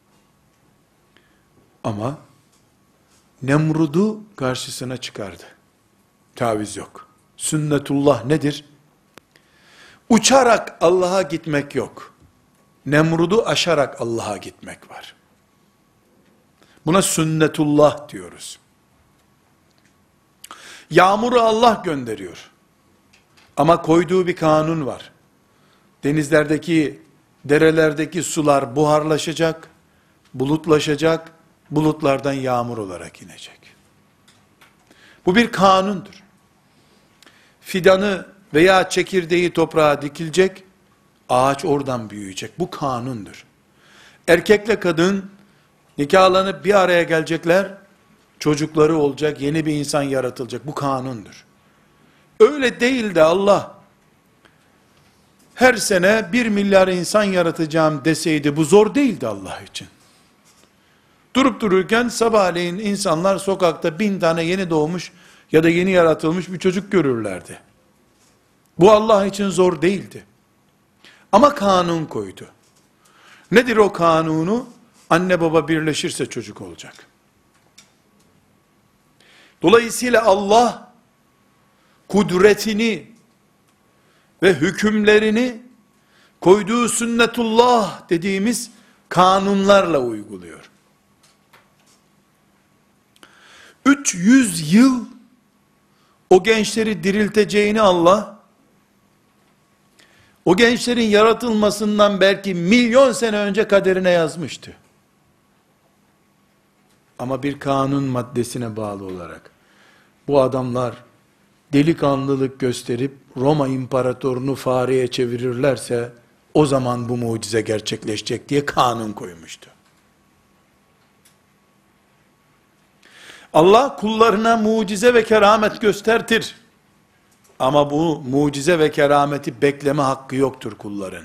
Ama Nemrud'u karşısına çıkardı. Taviz yok. Sünnetullah nedir? Uçarak Allah'a gitmek yok. Nemrud'u aşarak Allah'a gitmek var. Buna sünnetullah diyoruz. Yağmuru Allah gönderiyor. Ama koyduğu bir kanun var. Denizlerdeki, derelerdeki sular buharlaşacak, bulutlaşacak, bulutlardan yağmur olarak inecek. Bu bir kanundur. Fidanı veya çekirdeği toprağa dikilecek, ağaç oradan büyüyecek. Bu kanundur. Erkekle kadın nikahlanıp bir araya gelecekler, çocukları olacak, yeni bir insan yaratılacak. Bu kanundur. Öyle değil de Allah, her sene bir milyar insan yaratacağım deseydi, bu zor değildi Allah için. Durup dururken sabahleyin insanlar sokakta bin tane yeni doğmuş ya da yeni yaratılmış bir çocuk görürlerdi. Bu Allah için zor değildi. Ama kanun koydu. Nedir o kanunu? Anne baba birleşirse çocuk olacak. Dolayısıyla Allah kudretini ve hükümlerini koyduğu sünnetullah dediğimiz kanunlarla uyguluyor. üç yüz yıl o gençleri dirilteceğini Allah, o gençlerin yaratılmasından belki milyon sene önce kaderine yazmıştı. Ama bir kanun maddesine bağlı olarak, bu adamlar delikanlılık gösterip Roma imparatorunu fareye çevirirlerse, o zaman bu mucize gerçekleşecek diye kanun koymuştu. Allah kullarına mucize ve keramet göstertir. Ama bu mucize ve kerameti bekleme hakkı yoktur kulların.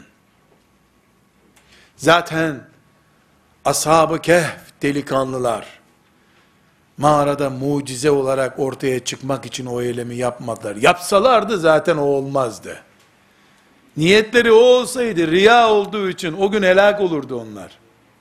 Zaten Ashab-ı Kehf delikanlılar, mağarada mucize olarak ortaya çıkmak için o eylemi yapmadılar. Yapsalardı zaten o olmazdı. Niyetleri o olsaydı, riya olduğu için o gün helak olurdu onlar.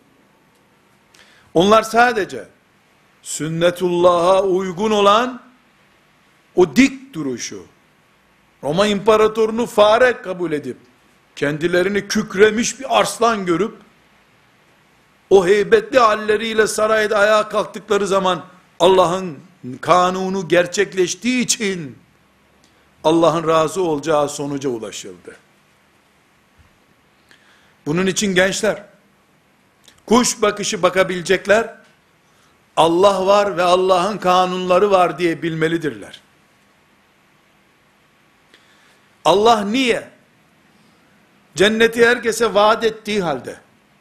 Onlar sadece sünnetullah'a uygun olan o dik duruşu, Roma imparatorunu fare kabul edip, kendilerini kükremiş bir arslan görüp, o heybetli halleriyle sarayda ayağa kalktıkları zaman, Allah'ın kanunu gerçekleştiği için, Allah'ın razı olacağı sonuca ulaşıldı. Bunun için gençler, kuş bakışı bakabilecekler, Allah var ve Allah'ın kanunları var diye bilmelidirler. Allah niye? Cenneti herkese vaat ettiği halde,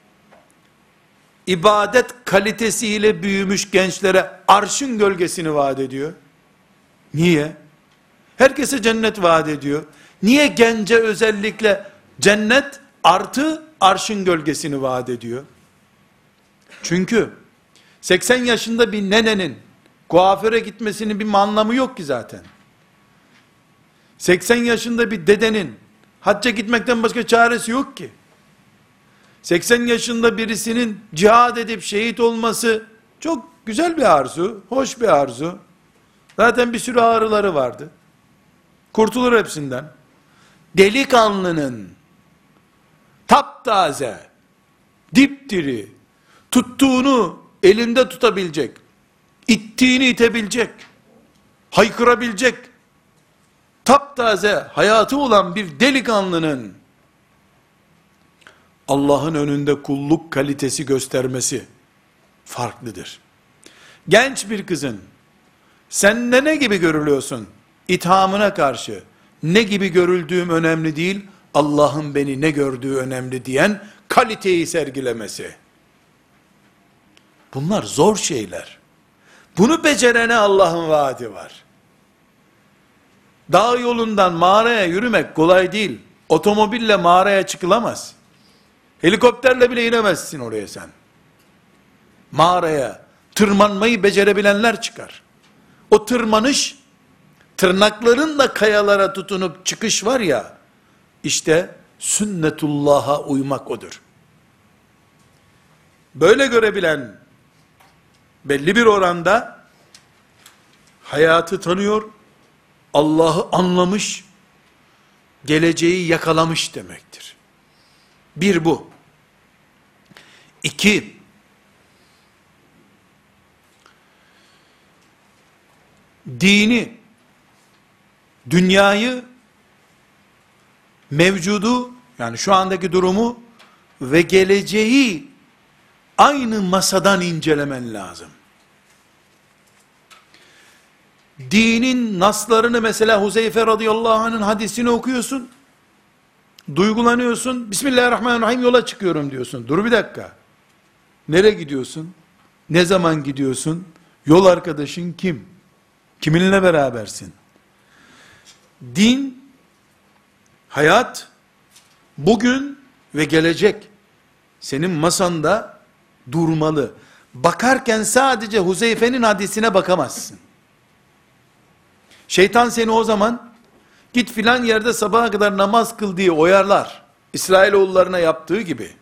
ibadet kalitesiyle büyümüş gençlere arşın gölgesini vaat ediyor. Niye? Herkese cennet vaat ediyor. Niye gence özellikle cennet artı arşın gölgesini vaat ediyor? Çünkü seksen yaşında bir nenenin kuaföre gitmesinin bir anlamı yok ki zaten. seksen yaşında bir dedenin hacca gitmekten başka çaresi yok ki. seksen yaşında birisinin cihad edip şehit olması çok güzel bir arzu, hoş bir arzu. Zaten bir sürü ağrıları vardı. Kurtulur hepsinden. Delikanlının taptaze, dipdiri, tuttuğunu elinde tutabilecek, ittiğini itebilecek, haykırabilecek, taptaze hayatı olan bir delikanlının Allah'ın önünde kulluk kalitesi göstermesi farklıdır. Genç bir kızın sen ne ne gibi görülüyorsun ithamına karşı ne gibi görüldüğüm önemli değil, Allah'ın beni ne gördüğü önemli diyen kaliteyi sergilemesi. Bunlar zor şeyler. Bunu becerene Allah'ın vaadi var. Dağ yolundan mağaraya yürümek kolay değil. Otomobille mağaraya çıkılamaz. Helikopterle bile inemezsin oraya sen. Mağaraya tırmanmayı becerebilenler çıkar. O tırmanış, tırnaklarınla kayalara tutunup çıkış var ya, işte sünnetullah'a uymak odur. Böyle görebilen, belli bir oranda hayatı tanıyor, Allah'ı anlamış, geleceği yakalamış demektir. Bir bu. İki, dini, dünyayı, mevcudu, yani şu andaki durumu ve geleceği aynı masadan incelemen lazım. Dinin naslarını mesela Huzeyfe radıyallahu anh'ın hadisini okuyorsun, duygulanıyorsun, Bismillahirrahmanirrahim yola çıkıyorum diyorsun. Dur bir dakika. Nereye gidiyorsun? Ne zaman gidiyorsun? Yol arkadaşın kim? Kiminle berabersin? Din, hayat, bugün ve gelecek senin masanda durmalı. Bakarken sadece Huzeyfe'nin hadisine bakamazsın. Şeytan seni o zaman git filan yerde sabaha kadar namaz kıl diye oyarlar. İsrailoğullarına yaptığı gibi.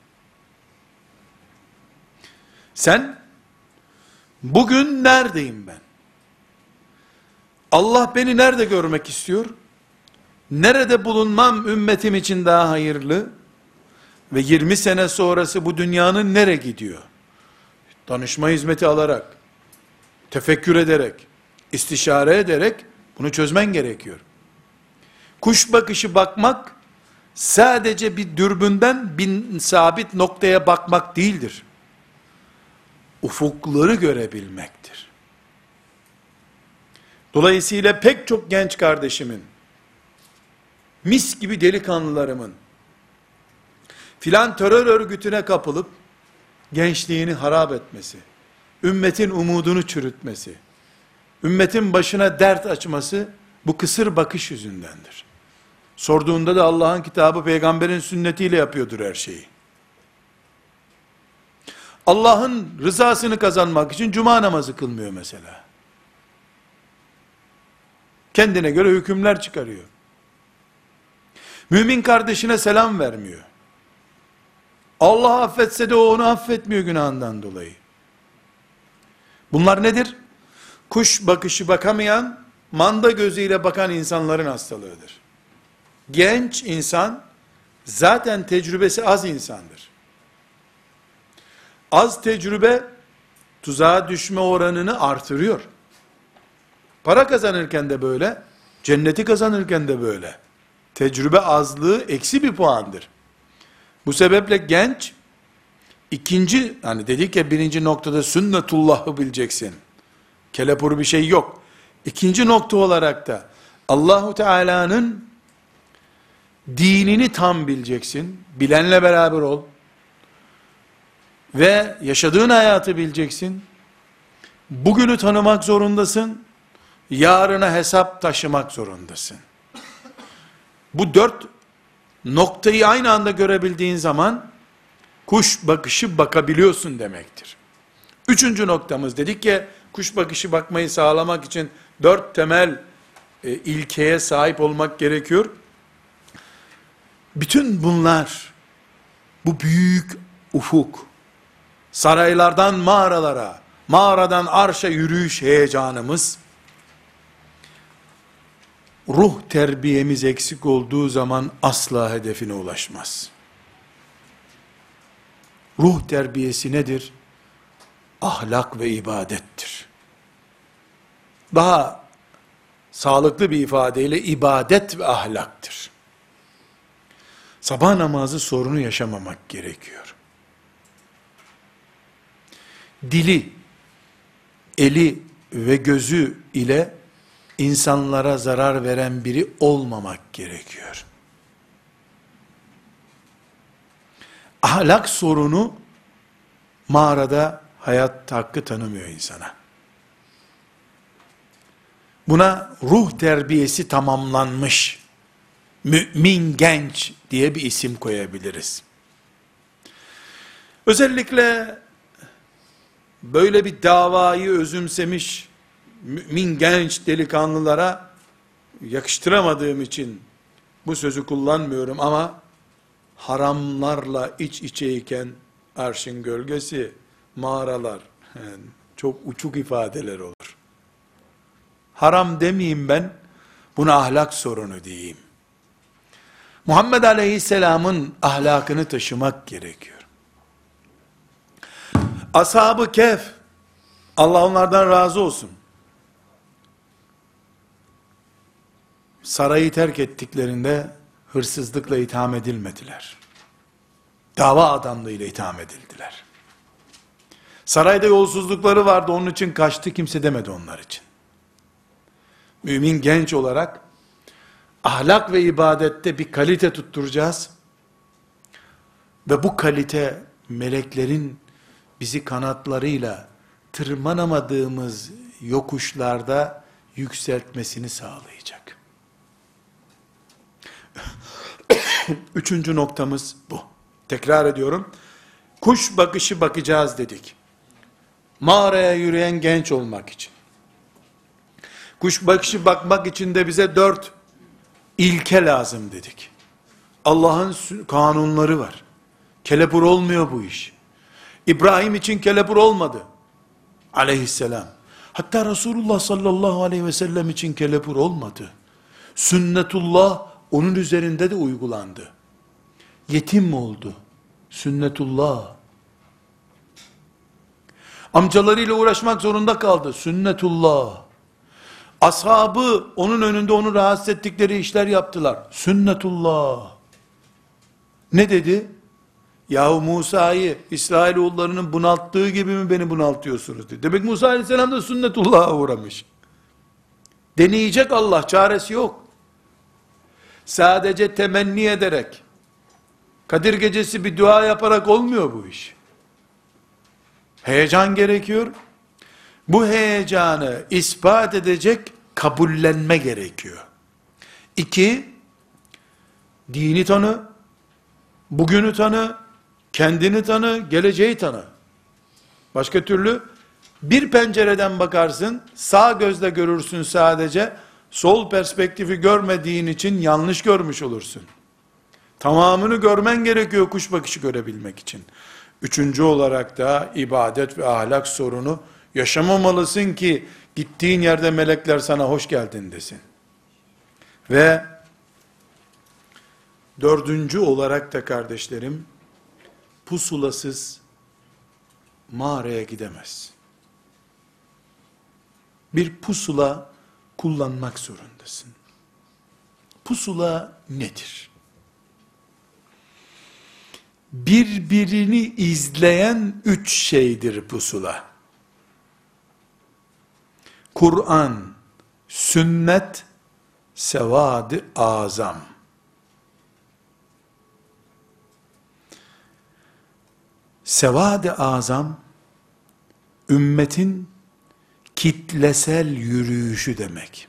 Sen bugün neredeyim ben? Allah beni nerede görmek istiyor? Nerede bulunmam ümmetim için daha hayırlı? Ve yirmi sene sonrası bu dünyanın nereye gidiyor? Danışma hizmeti alarak, tefekkür ederek, istişare ederek bunu çözmen gerekiyor. Kuş bakışı bakmak, sadece bir dürbünden bin sabit noktaya bakmak değildir. Ufukları görebilmektir. Dolayısıyla pek çok genç kardeşimin, mis gibi delikanlılarımın, filan terör örgütüne kapılıp, gençliğini harap etmesi, ümmetin umudunu çürütmesi, ümmetin başına dert açması, bu kısır bakış yüzündendir. Sorduğunda da Allah'ın kitabı, peygamberin sünnetiyle yapıyordur her şeyi. Allah'ın rızasını kazanmak için cuma namazı kılmıyor mesela. Kendine göre hükümler çıkarıyor. Mümin kardeşine selam vermiyor. Allah affetse de o onu affetmiyor günahından dolayı. Bunlar nedir? Kuş bakışı bakamayan, manda gözüyle bakan insanların hastalığıdır. Genç insan zaten tecrübesi az insandır. Az tecrübe tuzağa düşme oranını artırıyor. Para kazanırken de böyle, cenneti kazanırken de böyle. Tecrübe azlığı eksi bir puandır. Bu sebeple genç, ikinci, hani dedik ya birinci noktada sünnetullah'ı bileceksin. Kelepur bir şey yok. İkinci nokta olarak da Allahu Teala'nın dinini tam bileceksin. Bilenle beraber ol. Ve yaşadığın hayatı bileceksin. Bugünü tanımak zorundasın. Yarına hesap taşımak zorundasın. Bu dört noktayı aynı anda görebildiğin zaman kuş bakışı bakabiliyorsun demektir. Üçüncü noktamız, dedik ki kuş bakışı bakmayı sağlamak için dört temel e, ilkeye sahip olmak gerekiyor. Bütün bunlar, bu büyük ufuk, saraylardan mağaralara, mağaradan arşa yürüyüş heyecanımız, ruh terbiyemiz eksik olduğu zaman asla hedefine ulaşmaz. Ruh terbiyesi nedir? Ahlak ve ibadettir. Daha sağlıklı bir ifadeyle ibadet ve ahlaktır. Sabah namazı sorunu yaşamamak gerekiyor. Dili, eli ve gözü ile insanlara zarar veren biri olmamak gerekiyor. Ahlak sorunu mağarada hayat hakkı tanımıyor insana. Buna ruh terbiyesi tamamlanmış mümin genç diye bir isim koyabiliriz. Özellikle böyle bir davayı özümsemiş mümin genç delikanlılara yakıştıramadığım için bu sözü kullanmıyorum ama haramlarla iç içeyken arşın gölgesi, mağaralar, yani çok uçuk ifadeler olur. Haram demeyeyim ben, buna ahlak sorunu diyeyim. Muhammed Aleyhisselam'ın ahlakını taşımak gerekiyor. Ashab-ı Kehf, Allah onlardan razı olsun, sarayı terk ettiklerinde hırsızlıkla itham edilmediler. Dava adamlığıyla itham edildiler. Sarayda yolsuzlukları vardı, onun için kaçtı, kimse demedi onlar için. Mümin genç olarak ahlak ve ibadette bir kalite tutturacağız. Ve bu kalite meleklerin bizi kanatlarıyla tırmanamadığımız yokuşlarda yükseltmesini sağlayacak. Üçüncü noktamız bu. Tekrar ediyorum. Kuş bakışı bakacağız dedik. Mağaraya yürüyen genç olmak için. Kuş bakışı bakmak için de bize dört ilke lazım dedik. Allah'ın kanunları var. Kelepur olmuyor bu iş. İbrahim için kelepur olmadı. Aleyhisselam. Hatta Resulullah sallallahu aleyhi ve sellem için kelepur olmadı. Sünnetullah onun üzerinde de uygulandı. Yetim oldu. Sünnetullah. Amcalarıyla uğraşmak zorunda kaldı. Sünnetullah. Ashabı onun önünde onu rahatsız ettikleri işler yaptılar. Sünnetullah. Ne dedi? Yahu Musa'yı İsrailoğullarının bunalttığı gibi mi beni bunaltıyorsunuz dedi. Demek Musa aleyhisselam da sünnetullah'a uğramış. Deneyecek Allah, çaresi yok. Sadece temenni ederek, Kadir gecesi bir dua yaparak olmuyor bu iş. Heyecan gerekiyor. Bu heyecanı ispat edecek kabullenme gerekiyor. İki, dini tanı, bugünü tanı, kendini tanı, geleceği tanı. Başka türlü bir pencereden bakarsın, sağ gözle görürsün sadece, sol perspektifi görmediğin için yanlış görmüş olursun. Tamamını görmen gerekiyor kuş bakışı görebilmek için. Üçüncü olarak da ibadet ve ahlak sorunu yaşamamalısın ki gittiğin yerde melekler sana hoş geldin desin. Ve Dördüncü olarak da kardeşlerim, pusulasız mağaraya gidemez. Bir pusula kullanmak zorundasın. Pusula nedir? Birbirini izleyen üç şeydir pusula. Kur'an, sünnet, sevad-ı azam. Sevad-ı azam, ümmetin kitlesel yürüyüşü demek.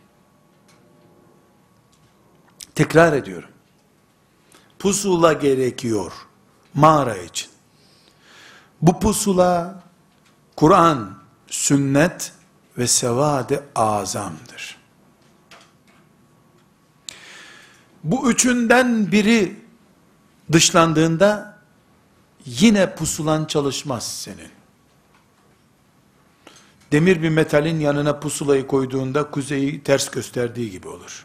Tekrar ediyorum. Pusula gerekiyor mağara için. Bu pusula Kur'an, sünnet ve sevad-ı azamdır. Bu üçünden biri dışlandığında yine pusulan çalışmaz senin. Demir bir metalin yanına pusulayı koyduğunda kuzeyi ters gösterdiği gibi olur.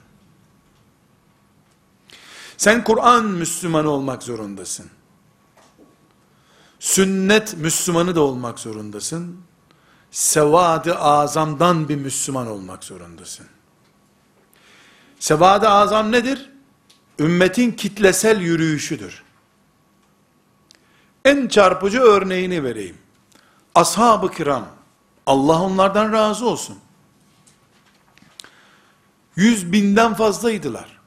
Sen Kur'an Müslümanı olmak zorundasın. Sünnet Müslümanı da olmak zorundasın. Sevad-ı azamdan bir Müslüman olmak zorundasın. Sevad-ı azam nedir? Ümmetin kitlesel yürüyüşüdür. En çarpıcı örneğini vereyim. Ashab-ı kiram, Allah onlardan razı olsun. Yüz binden fazlaydılar.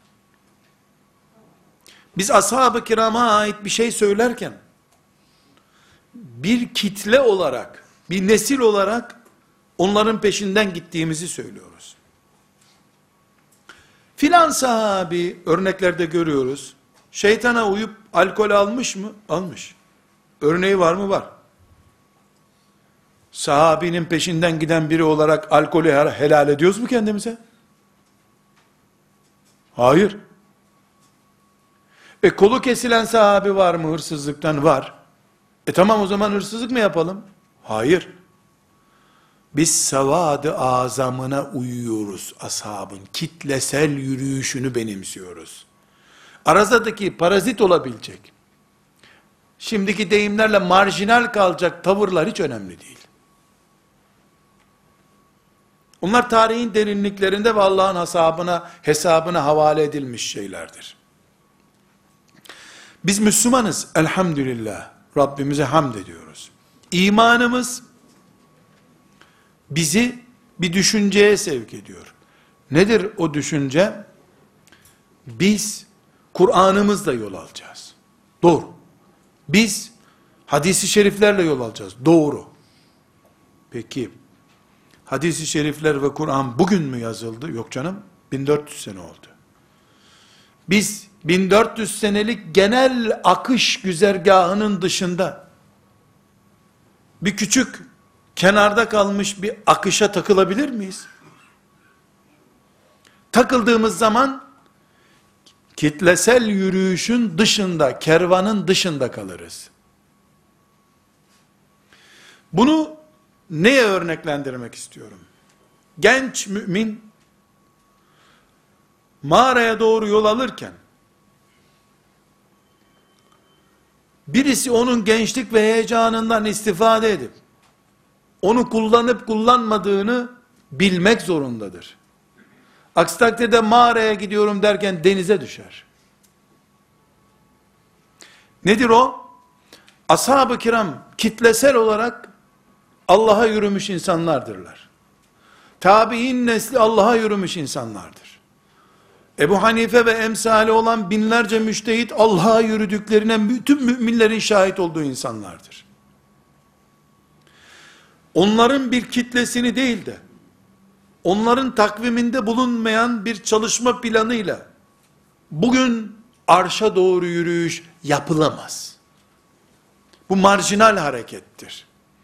Biz ashab-ı kirama ait bir şey söylerken, bir kitle olarak, bir nesil olarak, onların peşinden gittiğimizi söylüyoruz. Filan sahabi, örneklerde görüyoruz, şeytana uyup alkol almış mı? Almış. Örneği var mı? Var. Sahabinin peşinden giden biri olarak alkolü helal ediyoruz mu kendimize? Hayır. E kolu kesilen sahabi var mı hırsızlıktan? Var. E tamam, o zaman hırsızlık mı yapalım? Hayır. Biz sevad-ı azamına uyuyoruz ashabın. Kitlesel yürüyüşünü benimsiyoruz. Arazadaki parazit olabilecek, şimdiki deyimlerle marjinal kalacak tavırlar hiç önemli değil. Onlar tarihin derinliklerinde ve Allah'ın hesabına, hesabına havale edilmiş şeylerdir. Biz Müslümanız elhamdülillah. Rabbimize hamd ediyoruz. İmanımız bizi bir düşünceye sevk ediyor. Nedir o düşünce? Biz Kur'an'ımızla yol alacağız. Doğru. Biz hadis-i şeriflerle yol alacağız. Doğru. Peki hadis-i şerifler ve Kur'an bugün mü yazıldı? Yok canım. bin dört yüz sene oldu. Biz bin dört yüz senelik genel akış güzergahının dışında bir küçük kenarda kalmış bir akışa takılabilir miyiz? Takıldığımız zaman kitlesel yürüyüşün dışında, kervanın dışında kalırız. Bunu neye örneklendirmek istiyorum? Genç mümin mağaraya doğru yol alırken birisi onun gençlik ve heyecanından istifade edip onu kullanıp kullanmadığını bilmek zorundadır. Aksi takdirde mağaraya gidiyorum derken denize düşer. Nedir o? Ashab-ı kiram kitlesel olarak Allah'a yürümüş insanlardırlar. Tabi'in nesli Allah'a yürümüş insanlardır. Ebu Hanife ve emsali olan binlerce müştehit Allah'a yürüdüklerine bütün müminlerin şahit olduğu insanlardır. Onların bir kitlesini değil de, onların takviminde bulunmayan bir çalışma planıyla, bugün arşa doğru yürüyüş yapılamaz. Bu marjinal harekettir.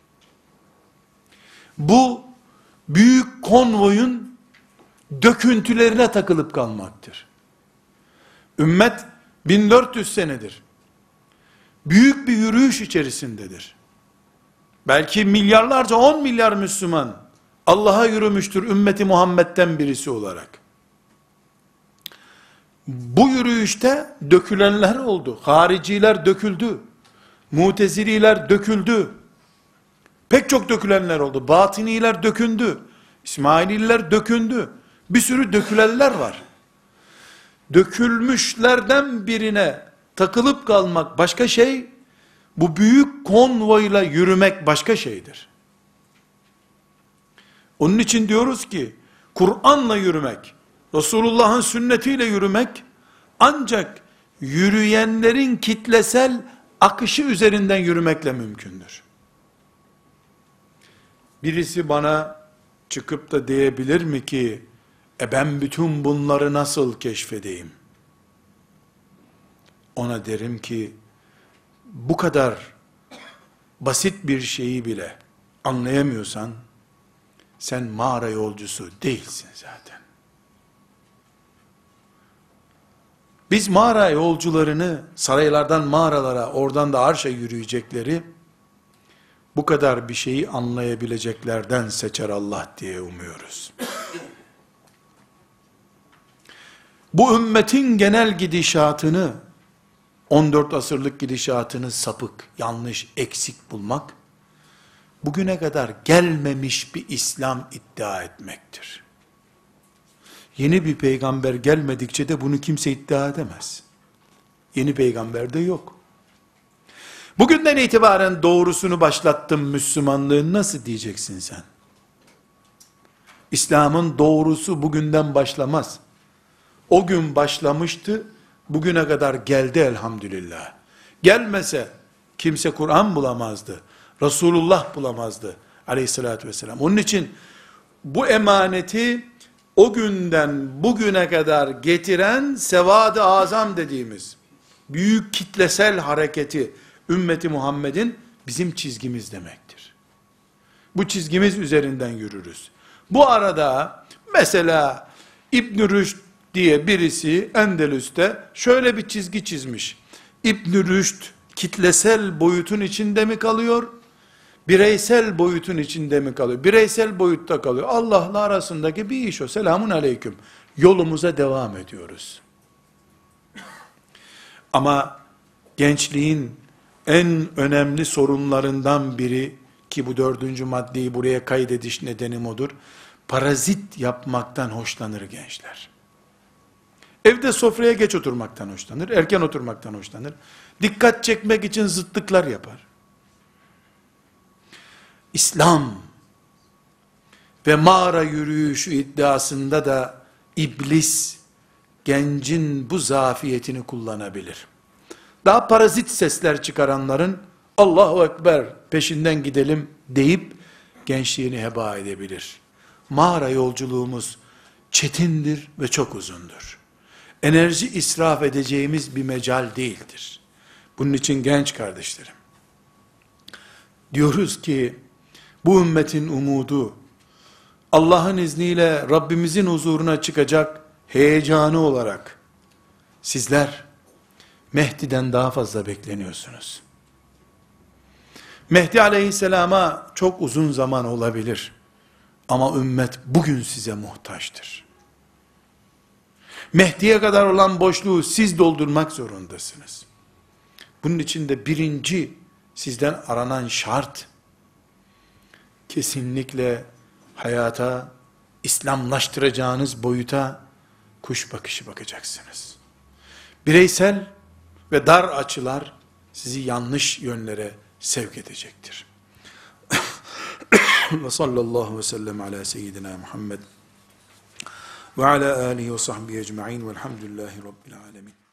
Bu, büyük konvoyun döküntülerine takılıp kalmaktır. Ümmet, bin dört yüz senedir. Büyük bir yürüyüş içerisindedir. Belki milyarlarca, on milyar Müslüman, Allah'a yürümüştür ümmeti Muhammed'den birisi olarak. Bu yürüyüşte dökülenler oldu. Hariciler döküldü. Mutezililer döküldü. Pek çok dökülenler oldu. Batiniler dökündü. İsmaililer dökündü. Bir sürü dökülenler var. Dökülmüşlerden birine takılıp kalmak başka şey, bu büyük konvoyla yürümek başka şeydir. Onun için diyoruz ki, Kur'an'la yürümek, Resulullah'ın sünnetiyle yürümek, ancak yürüyenlerin kitlesel akışı üzerinden yürümekle mümkündür. Birisi bana çıkıp da diyebilir mi ki, e ben bütün bunları nasıl keşfedeyim? Ona derim ki, bu kadar basit bir şeyi bile anlayamıyorsan, sen mağara yolcusu değilsin zaten. Biz mağara yolcularını, saraylardan mağaralara, oradan da arşa yürüyecekleri, bu kadar bir şeyi anlayabileceklerden seçer Allah diye umuyoruz. Bu ümmetin genel gidişatını, on dört asırlık gidişatını sapık, yanlış, eksik bulmak, bugüne kadar gelmemiş bir İslam iddia etmektir. Yeni bir peygamber gelmedikçe de bunu kimse iddia edemez. Yeni peygamber de yok. Bugünden itibaren doğrusunu başlattım Müslümanlığın nasıl diyeceksin sen? İslam'ın doğrusu bugünden başlamaz. O gün başlamıştı, bugüne kadar geldi elhamdülillah. Gelmese kimse Kur'an bulamazdı. Resulullah bulamazdı aleyhissalatü vesselam. Onun için bu emaneti o günden bugüne kadar getiren sevad-ı azam dediğimiz büyük kitlesel hareketi ümmeti Muhammed'in bizim çizgimiz demektir. Bu çizgimiz üzerinden yürürüz. Bu arada mesela İbn Rüşd diye birisi Endülüs'te şöyle bir çizgi çizmiş. İbn Rüşd kitlesel boyutun içinde mi kalıyor? Bireysel boyutun içinde mi kalıyor? Bireysel boyutta kalıyor. Allah'la arasındaki bir iş o. Selamun aleyküm. Yolumuza devam ediyoruz. Ama gençliğin en önemli sorunlarından biri, ki bu dördüncü maddeyi buraya kaydediş nedenim odur, parazit yapmaktan hoşlanır gençler. Evde sofraya geç oturmaktan hoşlanır, erken oturmaktan hoşlanır. Dikkat çekmek için zıtlıklar yapar. İslam ve mağara yürüyüşü iddiasında da iblis gencin bu zafiyetini kullanabilir. Daha parazit sesler çıkaranların Allahu Ekber peşinden gidelim deyip gençliğini heba edebilir. Mağara yolculuğumuz çetindir ve çok uzundur. Enerji israf edeceğimiz bir mecal değildir. Bunun için genç kardeşlerim, diyoruz ki bu ümmetin umudu, Allah'ın izniyle Rabbimizin huzuruna çıkacak heyecanı olarak sizler Mehdi'den daha fazla bekleniyorsunuz. Mehdi aleyhisselama çok uzun zaman olabilir. Ama ümmet bugün size muhtaçtır. Mehdi'ye kadar olan boşluğu siz doldurmak zorundasınız. Bunun için de birinci sizden aranan şart, kesinlikle hayata, İslamlaştıracağınız boyuta kuş bakışı bakacaksınız. Bireysel ve dar açılar sizi yanlış yönlere sevk edecektir. Ve sallallahu ve sellem ala seyyidina Muhammed ve ala alihi ve sahbihi ecma'in velhamdülillahi rabbil alemin.